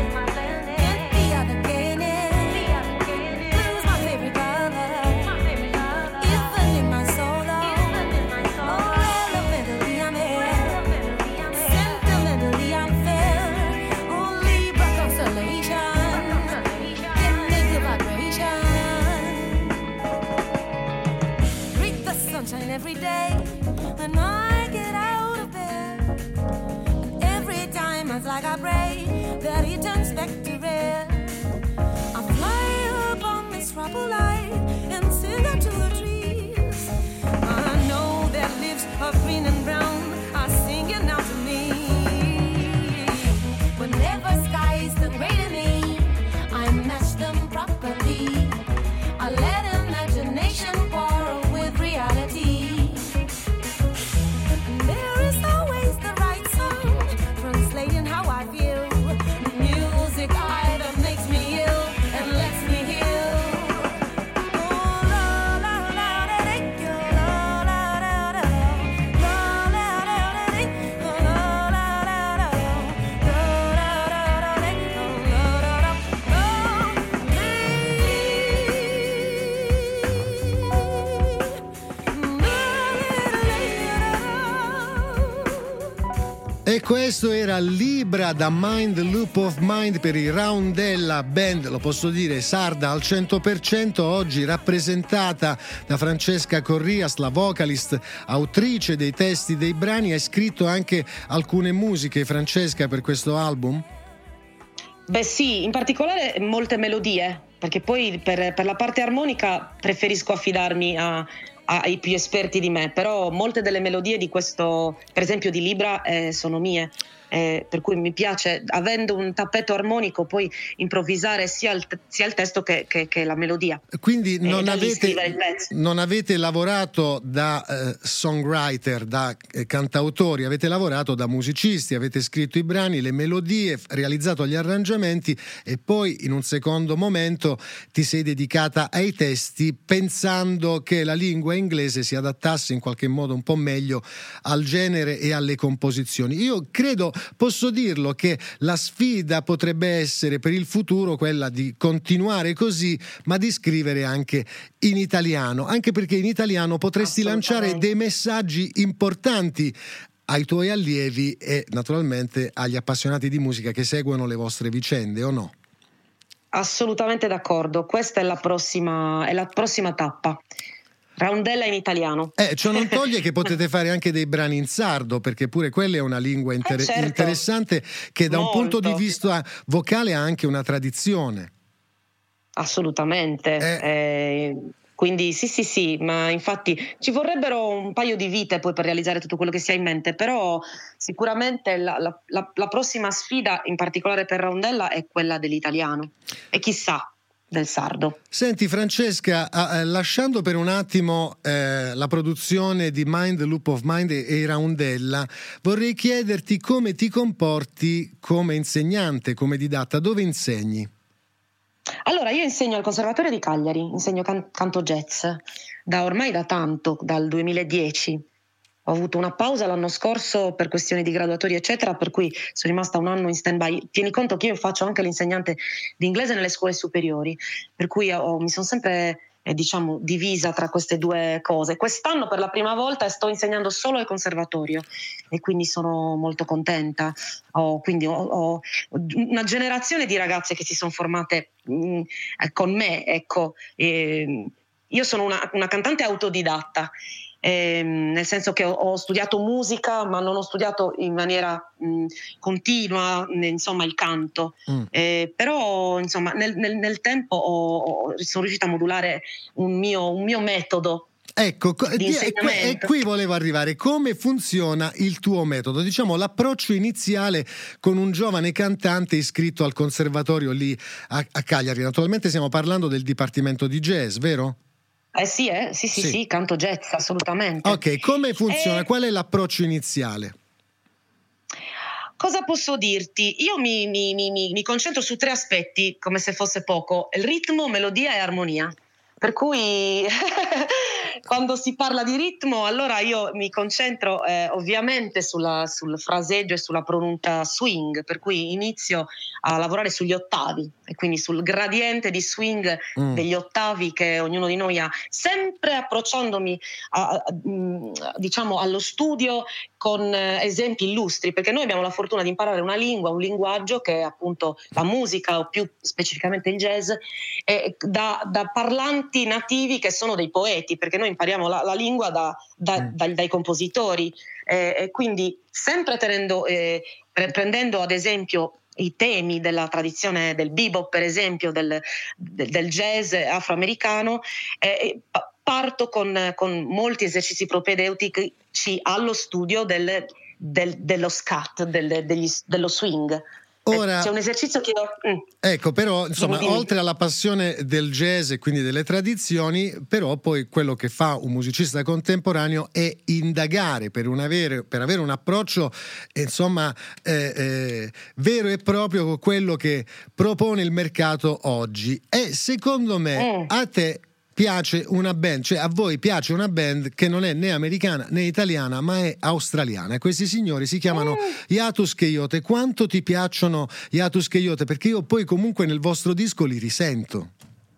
Every day when I get out of bed, and every time it's like I pray that it turns back to red. I fly up on this rubble light and sing out to the trees. I know that leaves are green and brown are singing out to me. Whenever skies turn gray to me, I match them properly. I let imagination pour with reality. E questo era Libra da Mind Loop of Mind per il round della band, lo posso dire, sarda al cento per cento, oggi rappresentata da Francesca Corrias, la vocalist, autrice dei testi dei brani. Hai scritto anche alcune musiche, Francesca, per questo album? Beh sì, in particolare molte melodie, perché poi per, per la parte armonica preferisco affidarmi a ai più esperti di me, però molte delle melodie di questo, per esempio di Libra, eh, sono mie. eh, per cui mi piace, avendo un tappeto armonico, poi improvvisare sia il, sia il testo che, che, che la melodia. Quindi e non da lì avete, scrivere il pezzo. non avete lavorato da eh, songwriter, da eh, cantautori, avete lavorato da musicisti, avete scritto i brani, le melodie, realizzato gli arrangiamenti e poi in un secondo momento ti sei dedicata ai testi pensando che la lingua inglese si adattasse in qualche modo un po' meglio al genere e alle composizioni. Io credo, posso dirlo, che la sfida potrebbe essere per il futuro quella di continuare così, ma di scrivere anche in italiano, anche perché in italiano potresti lanciare dei messaggi importanti ai tuoi allievi e naturalmente agli appassionati di musica che seguono le vostre vicende, o no? Assolutamente d'accordo, questa è la prossima, è la prossima tappa. Roundella in italiano. Eh, ciò non toglie che potete fare anche dei brani in sardo, perché pure quella è una lingua inter- eh certo. interessante che da Molto. un punto di vista vocale ha anche una tradizione. Assolutamente. Eh. Eh, quindi sì sì sì, ma infatti ci vorrebbero un paio di vite poi per realizzare tutto quello che si ha in mente, però sicuramente la, la, la, la prossima sfida, in particolare per Roundella, è quella dell'italiano e chissà del sardo. Senti Francesca, eh, lasciando per un attimo eh, la produzione di Mind the Loop of Mind e, e Roundella, vorrei chiederti come ti comporti come insegnante, come didatta, dove insegni? Allora, io insegno al Conservatorio di Cagliari, insegno can- canto jazz da ormai da tanto, dal duemiladieci. Ho avuto una pausa l'anno scorso per questioni di graduatoria eccetera, per cui sono rimasta un anno in stand-by. Tieni conto che io faccio anche l'insegnante di inglese nelle scuole superiori, per cui ho, mi sono sempre eh, diciamo divisa tra queste due cose. Quest'anno per la prima volta sto insegnando solo al conservatorio e quindi sono molto contenta. Ho, quindi ho, ho una generazione di ragazze che si sono formate mh, con me, ecco. E io sono una, una cantante autodidatta. Eh, nel senso che ho, ho studiato musica, ma non ho studiato in maniera mh, continua, mh, insomma, il canto. Mm. Eh, però, insomma, nel, nel, nel tempo ho, ho, sono riuscita a modulare un mio, un mio metodo. Ecco, e, e qui volevo arrivare. Come funziona il tuo metodo? Diciamo l'approccio iniziale con un giovane cantante iscritto al conservatorio lì a, a Cagliari. Naturalmente stiamo parlando del dipartimento di jazz, vero? Eh sì, eh? sì, sì, sì, sì, canto jazz, assolutamente. Ok, come funziona? Eh, Qual è l'approccio iniziale? Cosa posso dirti? Io mi, mi, mi, mi concentro su tre aspetti, come se fosse poco: il ritmo, melodia e armonia. Per cui quando si parla di ritmo, allora io mi concentro eh, ovviamente sulla, sul fraseggio e sulla pronuncia swing, per cui inizio a lavorare sugli ottavi e quindi sul gradiente di swing mm. degli ottavi che ognuno di noi ha, sempre approcciandomi a, a, diciamo allo studio con esempi illustri, perché noi abbiamo la fortuna di imparare una lingua, un linguaggio che è appunto la musica, o più specificamente il jazz, e da, da parlanti nativi che sono dei poeti, perché noi impariamo la, la lingua da, da, mm. dai, dai compositori, eh, e quindi sempre tenendo, eh, prendendo ad esempio i temi della tradizione del bebop, per esempio, del, del, del jazz afroamericano, eh, parto con, con molti esercizi propedeutici allo studio del, del, dello scat, del, degli, dello swing. Ora, c'è un esercizio che io... Mm. Ecco, però, insomma, dimmi, dimmi. oltre alla passione del jazz e quindi delle tradizioni, però poi quello che fa un musicista contemporaneo è indagare per, un avere, per avere un approccio, insomma, eh, eh, vero e proprio con quello che propone il mercato oggi. E secondo me, mm. a te piace una band, cioè a voi piace una band che non è né americana né italiana, ma è australiana. Questi signori si chiamano Hiatus Kaiyote. Quanto ti piacciono Hiatus Kaiyote? Perché io poi comunque nel vostro disco li risento.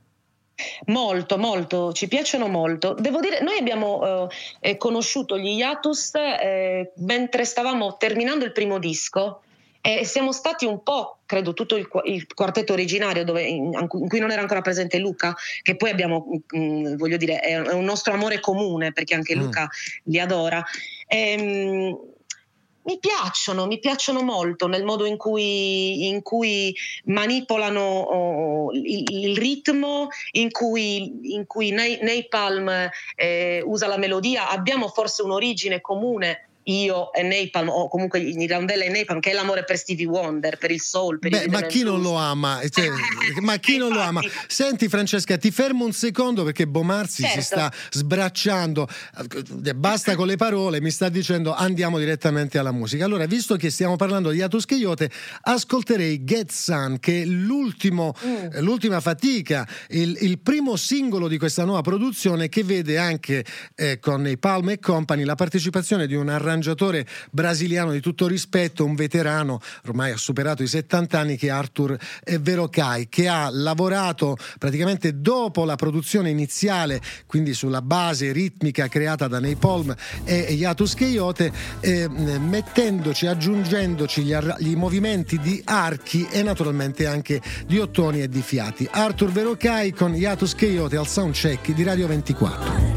Molto, molto, ci piacciono molto. Devo dire, noi abbiamo eh, conosciuto gli Hiatus eh, mentre stavamo terminando il primo disco. E siamo stati un po', credo, tutto il, il quartetto originario, dove, in, in cui non era ancora presente Luca, che poi abbiamo, mh, voglio dire, è, è un nostro amore comune, perché anche mm. Luca li adora. E, mh, mi piacciono, mi piacciono molto nel modo in cui, in cui manipolano oh, il, il ritmo, in cui, in cui Napalm eh, usa la melodia. Abbiamo forse un'origine comune io e Napalm, o comunque in Rondella e Napalm, che è l'amore per Stevie Wonder, per il soul, per Beh, il ma chi non lo ama? Cioè, ma chi non lo ama? Senti Francesca, ti fermo un secondo perché Bomarzi Certo. si sta sbracciando, basta con le parole, mi sta dicendo andiamo direttamente alla musica. Allora, visto che stiamo parlando di Yatus Coyote, ascolterei Get Sun, che è l'ultimo, mm. l'ultima fatica, il, il primo singolo di questa nuova produzione, che vede anche eh, con i Palm e Company la partecipazione di un arrangiatore brasiliano di tutto rispetto, un veterano, ormai ha superato i settanta anni, che è Arthur Verocai, che ha lavorato praticamente dopo la produzione iniziale, quindi sulla base ritmica creata da Napalm e Yatus Coyote, eh, mettendoci, aggiungendoci gli, arra- gli movimenti di archi e naturalmente anche di ottoni e di fiati. Arthur Verocai con Yatus Coyote al soundcheck di Radio ventiquattro.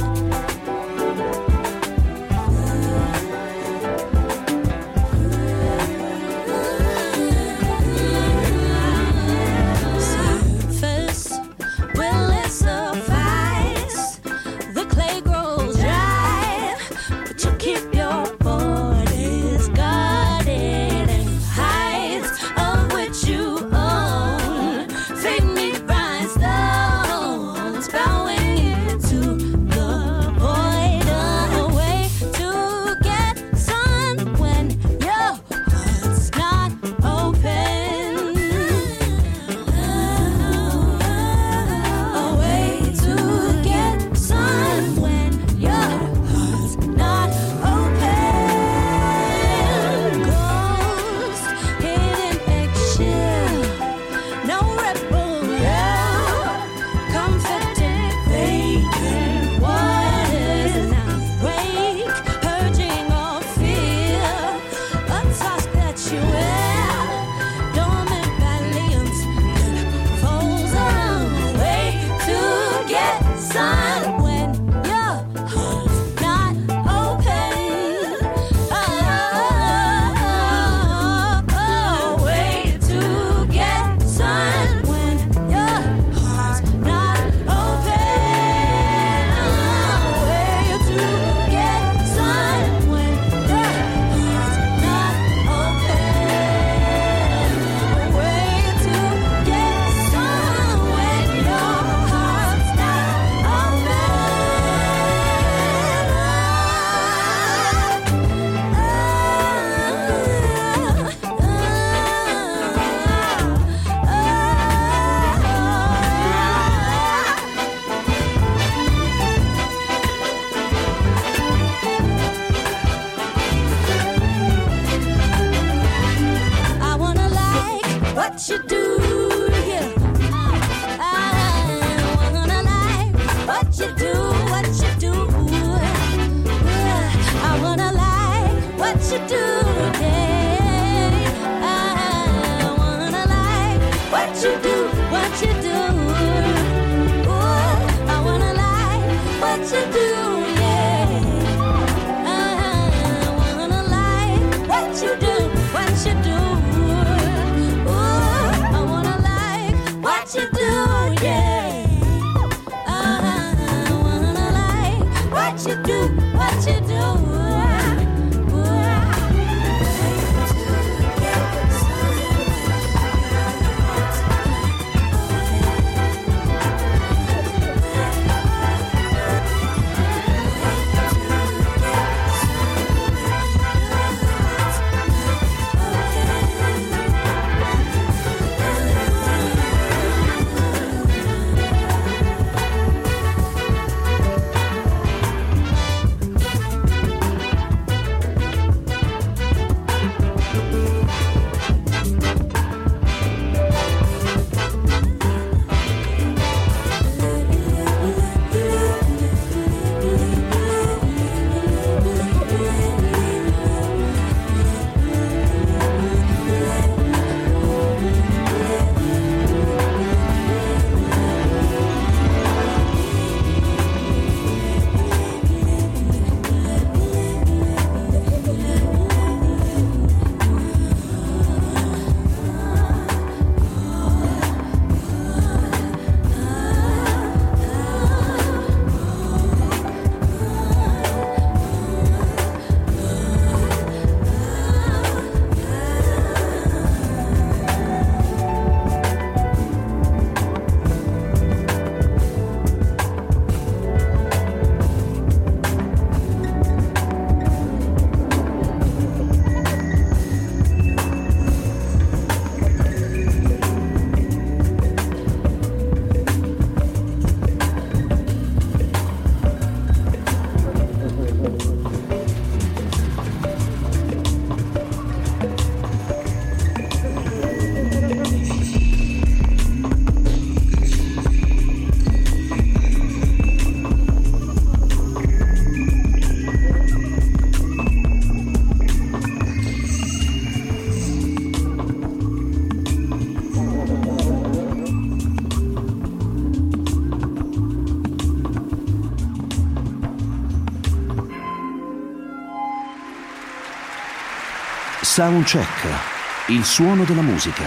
Soundcheck, il suono della musica.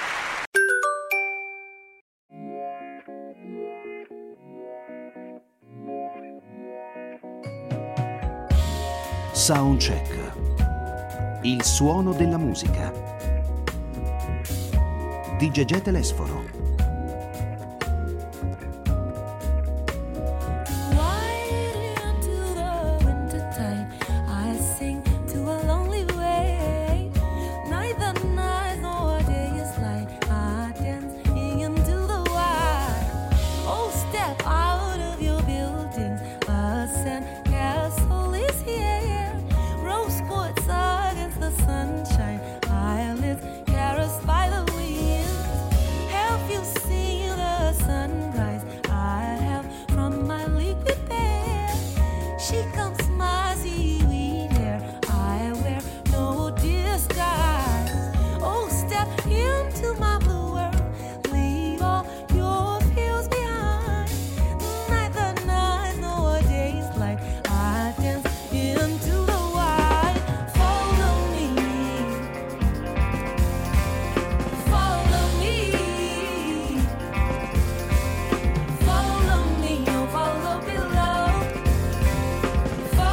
Soundcheck, il suono della musica. di Gegè Telesforo. Follow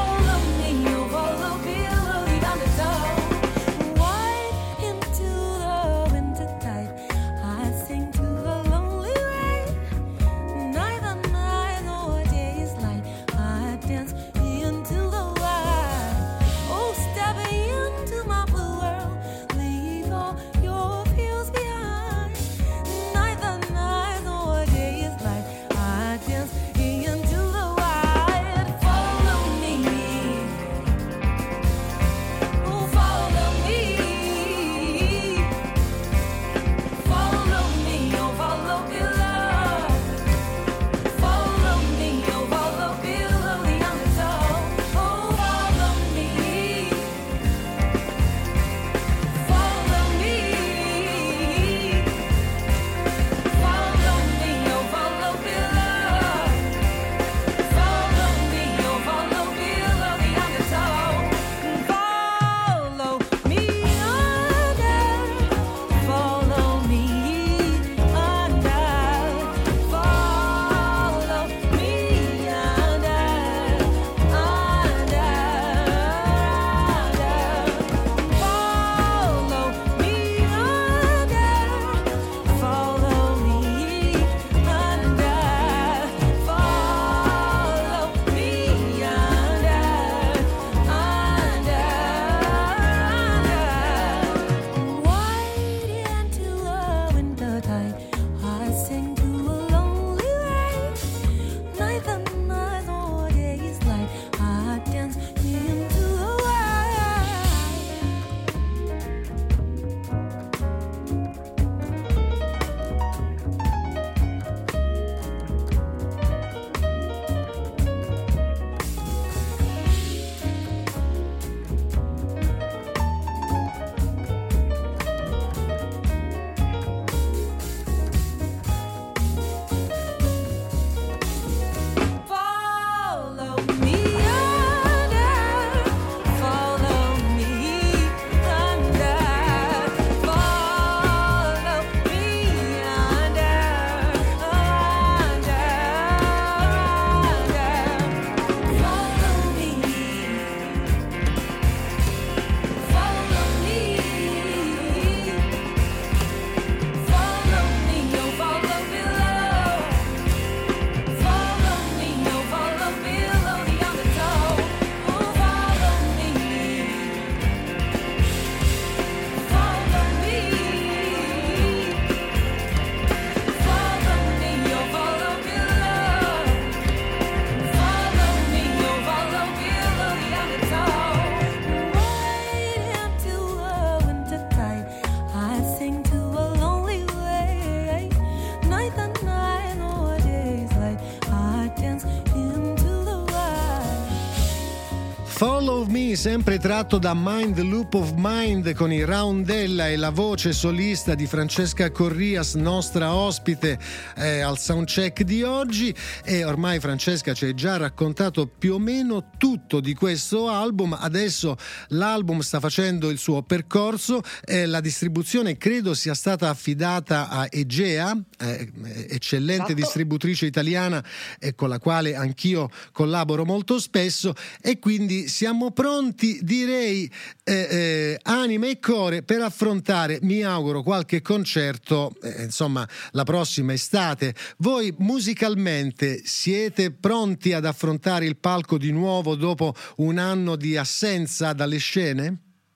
Follow Me, sempre tratto da Mind the Loop of Mind, con i Roundella e la voce solista di Francesca Corrias, nostra ospite eh, al soundcheck di oggi. E ormai Francesca ci hai già raccontato più o meno tutto di questo album. Adesso l'album sta facendo il suo percorso, eh, la distribuzione credo sia stata affidata a Egea, eh, eccellente Esatto. distributrice italiana eh, con la quale anch'io collaboro molto spesso, e quindi siamo pronti, direi, eh, eh, anima e cuore, per affrontare, mi auguro, qualche concerto, eh, insomma, la prossima estate. Voi musicalmente siete pronti ad affrontare il palco di nuovo dopo un anno di assenza dalle scene?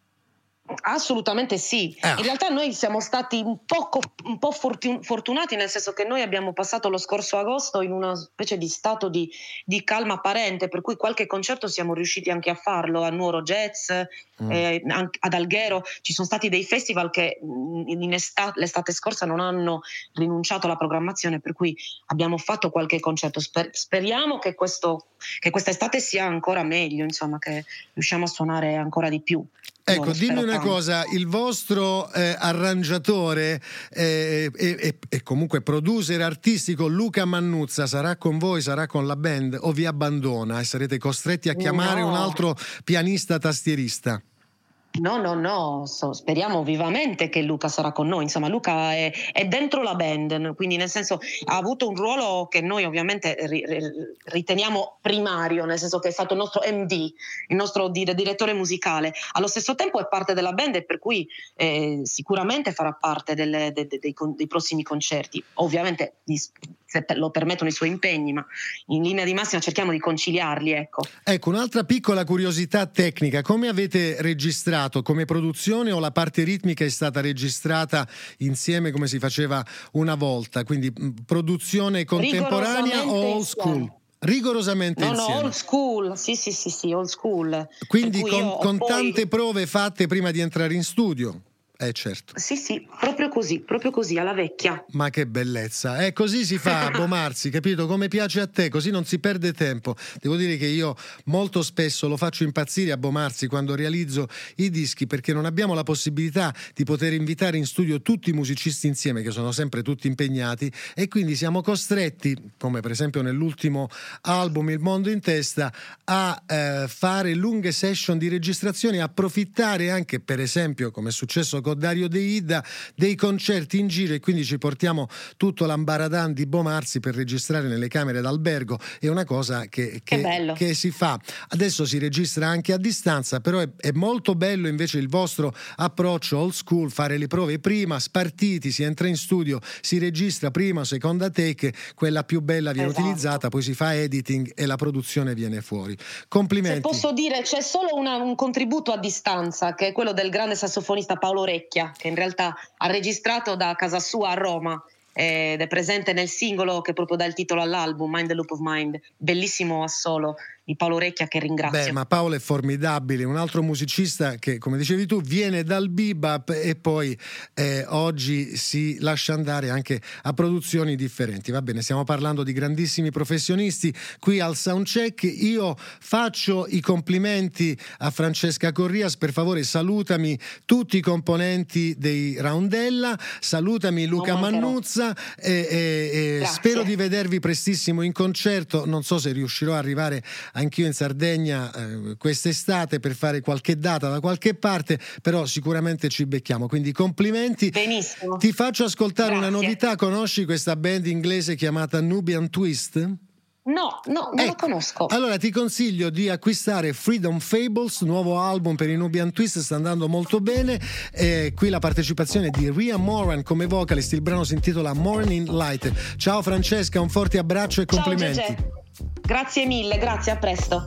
Assolutamente sì. Ah. In realtà noi siamo stati un po', un po' fortun- fortunati, nel senso che noi abbiamo passato lo scorso agosto in una specie di stato di, di calma apparente, per cui qualche concerto siamo riusciti anche a farlo a Nuoro Jazz, mm. eh, anche ad Alghero. Ci sono stati dei festival che in estate, l'estate scorsa non hanno rinunciato alla programmazione, per cui abbiamo fatto qualche concerto. Sper- speriamo che, questo, che questa estate sia ancora meglio, insomma, che riusciamo a suonare ancora di più. Ecco, No, dimmi una tanto. cosa, il vostro eh, arrangiatore eh, e, e, e comunque producer artistico Luca Mannuzza sarà con voi, sarà con la band, o vi abbandona e sarete costretti a chiamare No. un altro pianista tastierista? No, no, no, so- speriamo vivamente che Luca sarà con noi. Insomma, Luca è, è dentro la band, quindi nel senso ha avuto un ruolo che noi ovviamente ri- ri- riteniamo primario, nel senso che è stato il nostro M D, il nostro di- direttore musicale. Allo stesso tempo è parte della band, e per cui eh, sicuramente farà parte delle- de- de- dei, con- dei prossimi concerti. Ovviamente gli- se per- lo permettono i suoi impegni, ma in linea di massima cerchiamo di conciliarli, ecco. Ecco, un'altra piccola curiosità tecnica: come avete registrato? Come produzione, o la parte ritmica è stata registrata insieme come si faceva una volta? Quindi mh, produzione contemporanea o Rigorosamente old school? insieme. Rigorosamente No, no, insieme. old school, sì, sì, sì, sì, old school. Quindi Per cui con, io ho con poi- tante prove fatte prima di entrare in studio. Eh certo. Sì, sì, proprio così, proprio così, alla vecchia. Ma che bellezza, eh, così si fa, Bomarzi, capito? Come piace a te, così non si perde tempo. Devo dire che io molto spesso lo faccio impazzire a Bomarzi quando realizzo i dischi, perché non abbiamo la possibilità di poter invitare in studio tutti i musicisti insieme, che sono sempre tutti impegnati, e quindi siamo costretti, come per esempio nell'ultimo album Il Mondo in Testa, a eh, fare lunghe session di registrazione, approfittare anche, per esempio, come è successo con Dario De Ida, dei concerti in giro, e quindi ci portiamo tutto l'ambaradan di Bomarzi per registrare nelle camere d'albergo. È una cosa che, che, bello. che si fa. Adesso si registra anche a distanza, però è, è molto bello invece il vostro approccio old school, fare le prove prima, spartiti, si entra in studio, si registra prima, seconda take, quella più bella viene Esatto. utilizzata, poi si fa editing e la produzione viene fuori. Complimenti. Se posso dire, c'è solo una- un contributo a distanza, che è quello del grande sassofonista Paolo Recchia, che in realtà ha registrato da casa sua a Roma ed è presente nel singolo che proprio dà il titolo all'album, Mind the Loop of Mind. Bellissimo assolo di Paolo Recchia, che ringrazio. Beh, ma Paolo è formidabile, un altro musicista che, come dicevi tu, viene dal bebop e poi eh, oggi si lascia andare anche a produzioni differenti. Va bene, stiamo parlando di grandissimi professionisti qui al Soundcheck. Io faccio i complimenti a Francesca Corrias, per favore salutami tutti i componenti dei Roundella, salutami Luca Non mancherò. Mannuzza e, e- e Grazie. spero di vedervi prestissimo in concerto. Non so se riuscirò a arrivare anch'io in Sardegna eh, quest'estate per fare qualche data da qualche parte, però sicuramente ci becchiamo, quindi complimenti. Benissimo. Ti faccio ascoltare Grazie. una novità. Conosci questa band inglese chiamata Nubian Twist? No, no, non la conosco. Allora ti consiglio di acquistare Freedom Fables, nuovo album per i Nubian Twist, sta andando molto bene. Eh, qui la partecipazione di Ria Moran come vocalist, il brano si intitola Morning Light. Ciao Francesca, un forte abbraccio e complimenti. Ciao Gegè. Grazie mille, grazie, a presto.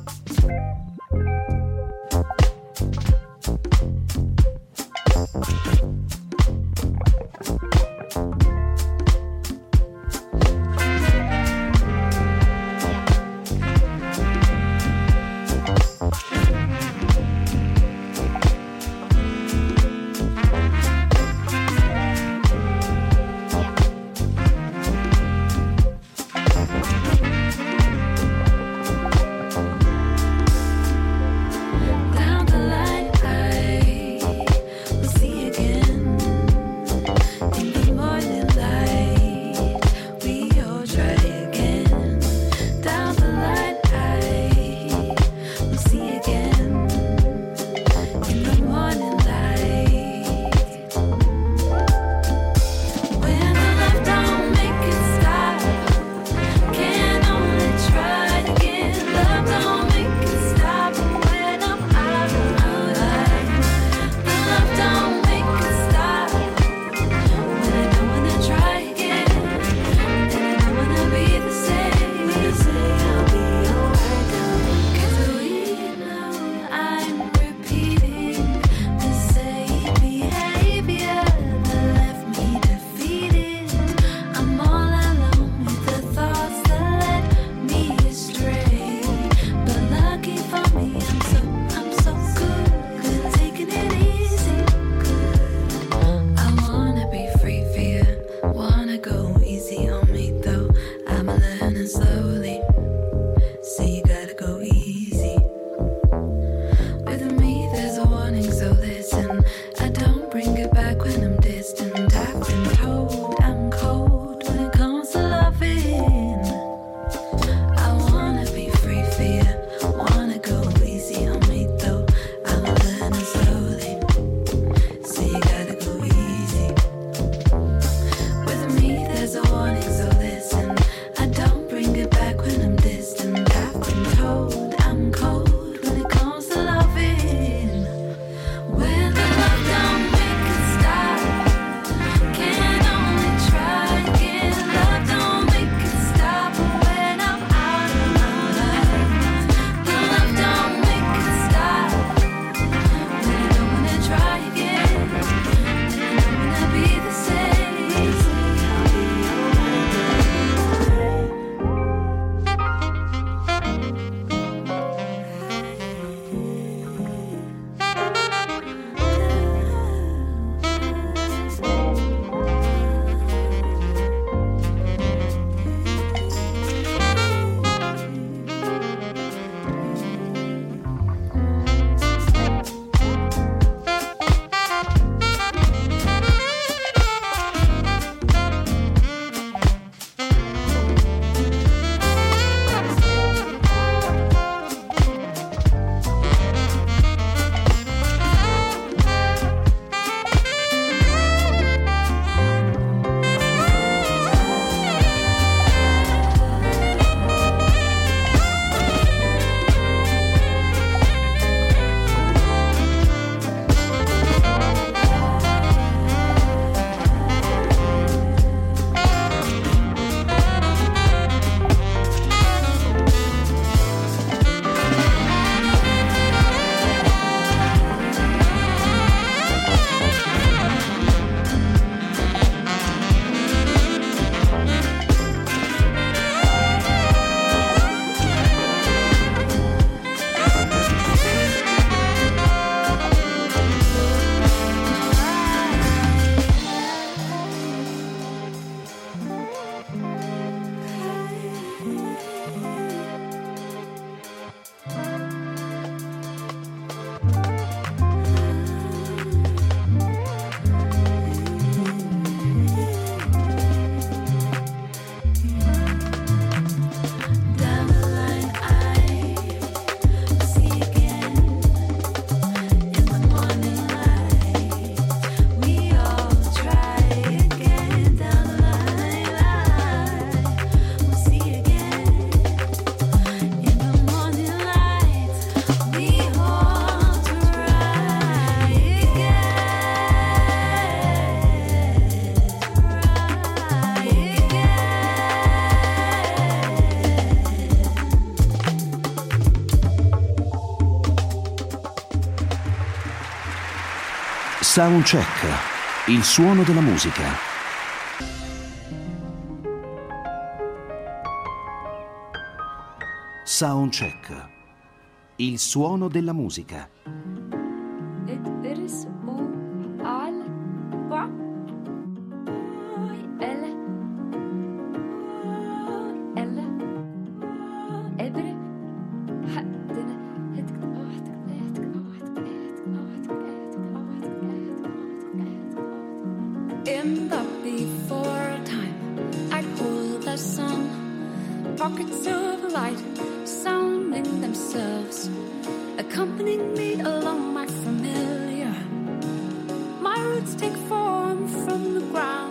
Soundcheck, il suono della musica. Soundcheck, il suono della musica. ادرس وعلى بعض ألا ألا إبرة حدنا هتك واحدك هتك واحدك In the before time I hold the sun, pockets of light sounding themselves, accompanying me along my familiar. My roots take form from the ground.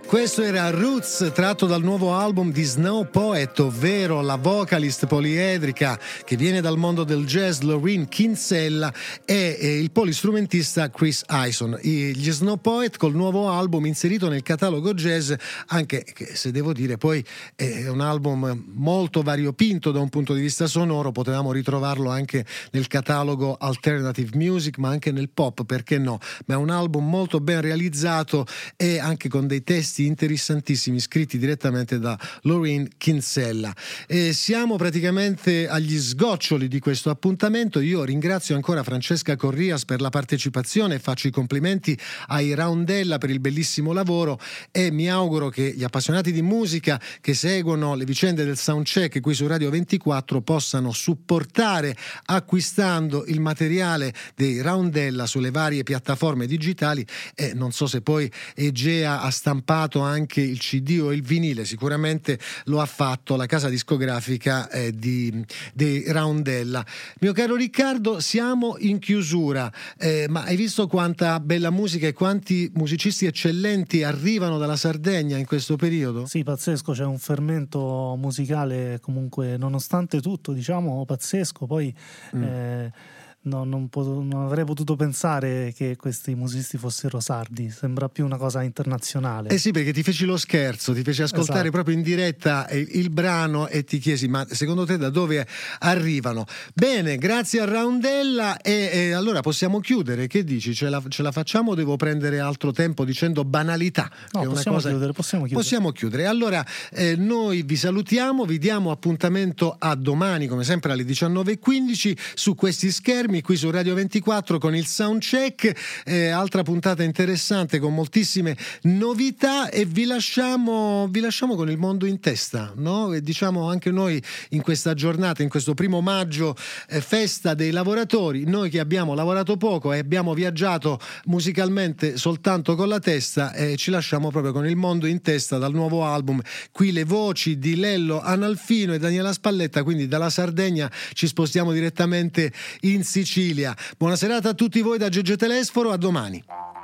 Questo era Roots, tratto dal nuovo album di Snow Poet, ovvero la vocalist poliedrica che viene dal mondo del jazz Laureen Kinsella e, e il polistrumentista Chris Ison. Gli Snow Poet col nuovo album inserito nel catalogo jazz, anche che, se devo dire, poi è un album molto variopinto da un punto di vista sonoro, potevamo ritrovarlo anche nel catalogo alternative music, ma anche nel pop, perché no? Ma è un album molto ben realizzato e anche con dei testi interessantissimi scritti direttamente da Laureen Kinsella. E siamo praticamente agli sgoccioli di questo appuntamento. Io ringrazio ancora Francesca Corrias per la partecipazione e faccio i complimenti ai Roundella per il bellissimo lavoro e mi auguro che gli appassionati di musica che seguono le vicende del Soundcheck qui su Radio ventiquattro possano supportare acquistando il materiale dei Roundella sulle varie piattaforme digitali e non so se poi Egea ha stampato anche il C D o il vinile, sicuramente lo ha fatto la casa discografica eh, di, dei Roundella. Mio caro Riccardo, siamo in chiusura, eh, ma hai visto quanta bella musica e quanti musicisti eccellenti arrivano dalla Sardegna in questo periodo? Sì, pazzesco, c'è un fermento musicale comunque nonostante tutto, diciamo, pazzesco, poi mm. eh, No, non, pot- non avrei potuto pensare che questi musicisti fossero sardi, sembra più una cosa internazionale. Eh sì, perché ti feci lo scherzo, ti feci ascoltare esatto. proprio in diretta il, il brano e ti chiesi, ma secondo te da dove arrivano? Bene, grazie a Roundella e, e allora possiamo chiudere, che dici? Ce la, ce la facciamo o devo prendere altro tempo dicendo banalità? No, che possiamo, una cosa... chiudere, possiamo chiudere. Possiamo chiudere. Allora eh, noi vi salutiamo, vi diamo appuntamento a domani come sempre alle diciannove e quindici su questi schermi qui su Radio ventiquattro con il Soundcheck, eh, altra puntata interessante con moltissime novità e vi lasciamo vi lasciamo con il mondo in testa, no? E diciamo anche noi in questa giornata, in questo primo maggio, eh, festa dei lavoratori, noi che abbiamo lavorato poco e abbiamo viaggiato musicalmente soltanto con la testa, eh, ci lasciamo proprio con il mondo in testa dal nuovo album. Qui le voci di Lello Analfino e Daniela Spalletta, quindi dalla Sardegna ci spostiamo direttamente in Sicilia. Buona serata a tutti voi da Gegge Telesforo, a domani.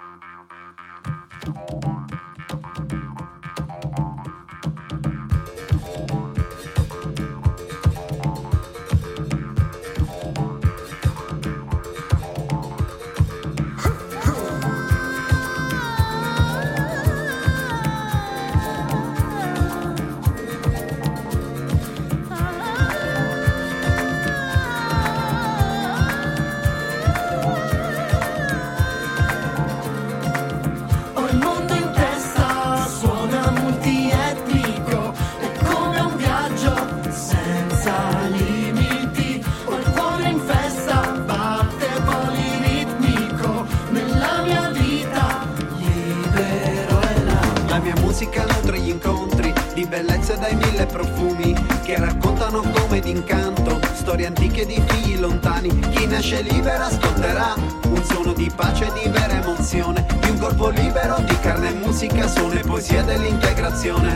Bellezze dai mille profumi che raccontano come d'incanto storie antiche di figli lontani. Chi nasce libero ascolterà un suono di pace e di vera emozione, di un corpo libero di carne e musica, suono e poesia dell'integrazione.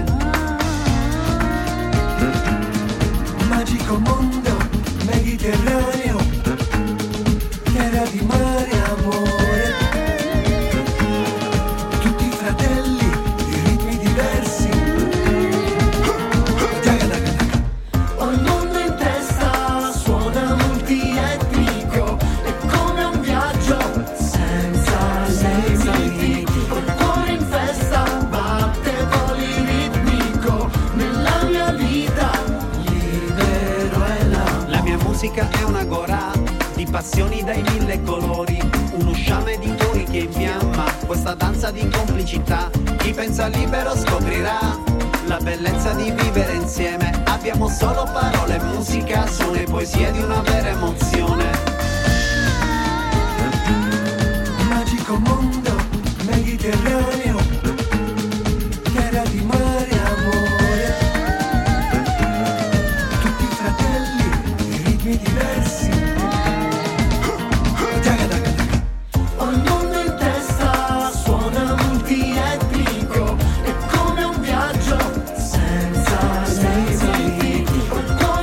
Magico mondo mediterraneo, terra di mare e amore, tutti fratelli di ritmi diversi. È una gora di passioni dai mille colori, uno sciame di cuori che infiamma questa danza di complicità. Chi pensa libero scoprirà la bellezza di vivere insieme. Abbiamo solo parole, musica, suono e poesia di una vera emozione. Magico mondo mediterraneo, terra di mare e amore, tutti fratelli di ritmi diversi. Ho il mondo in testa, suona multietnico, è come un viaggio senza limiti.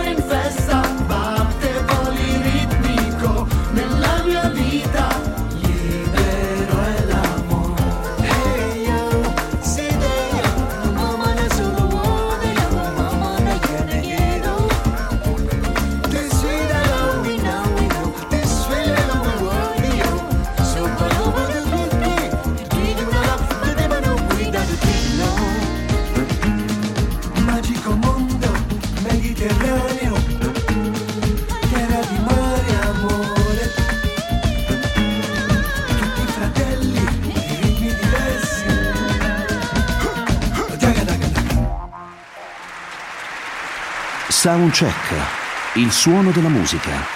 Soundcheck, il suono della musica.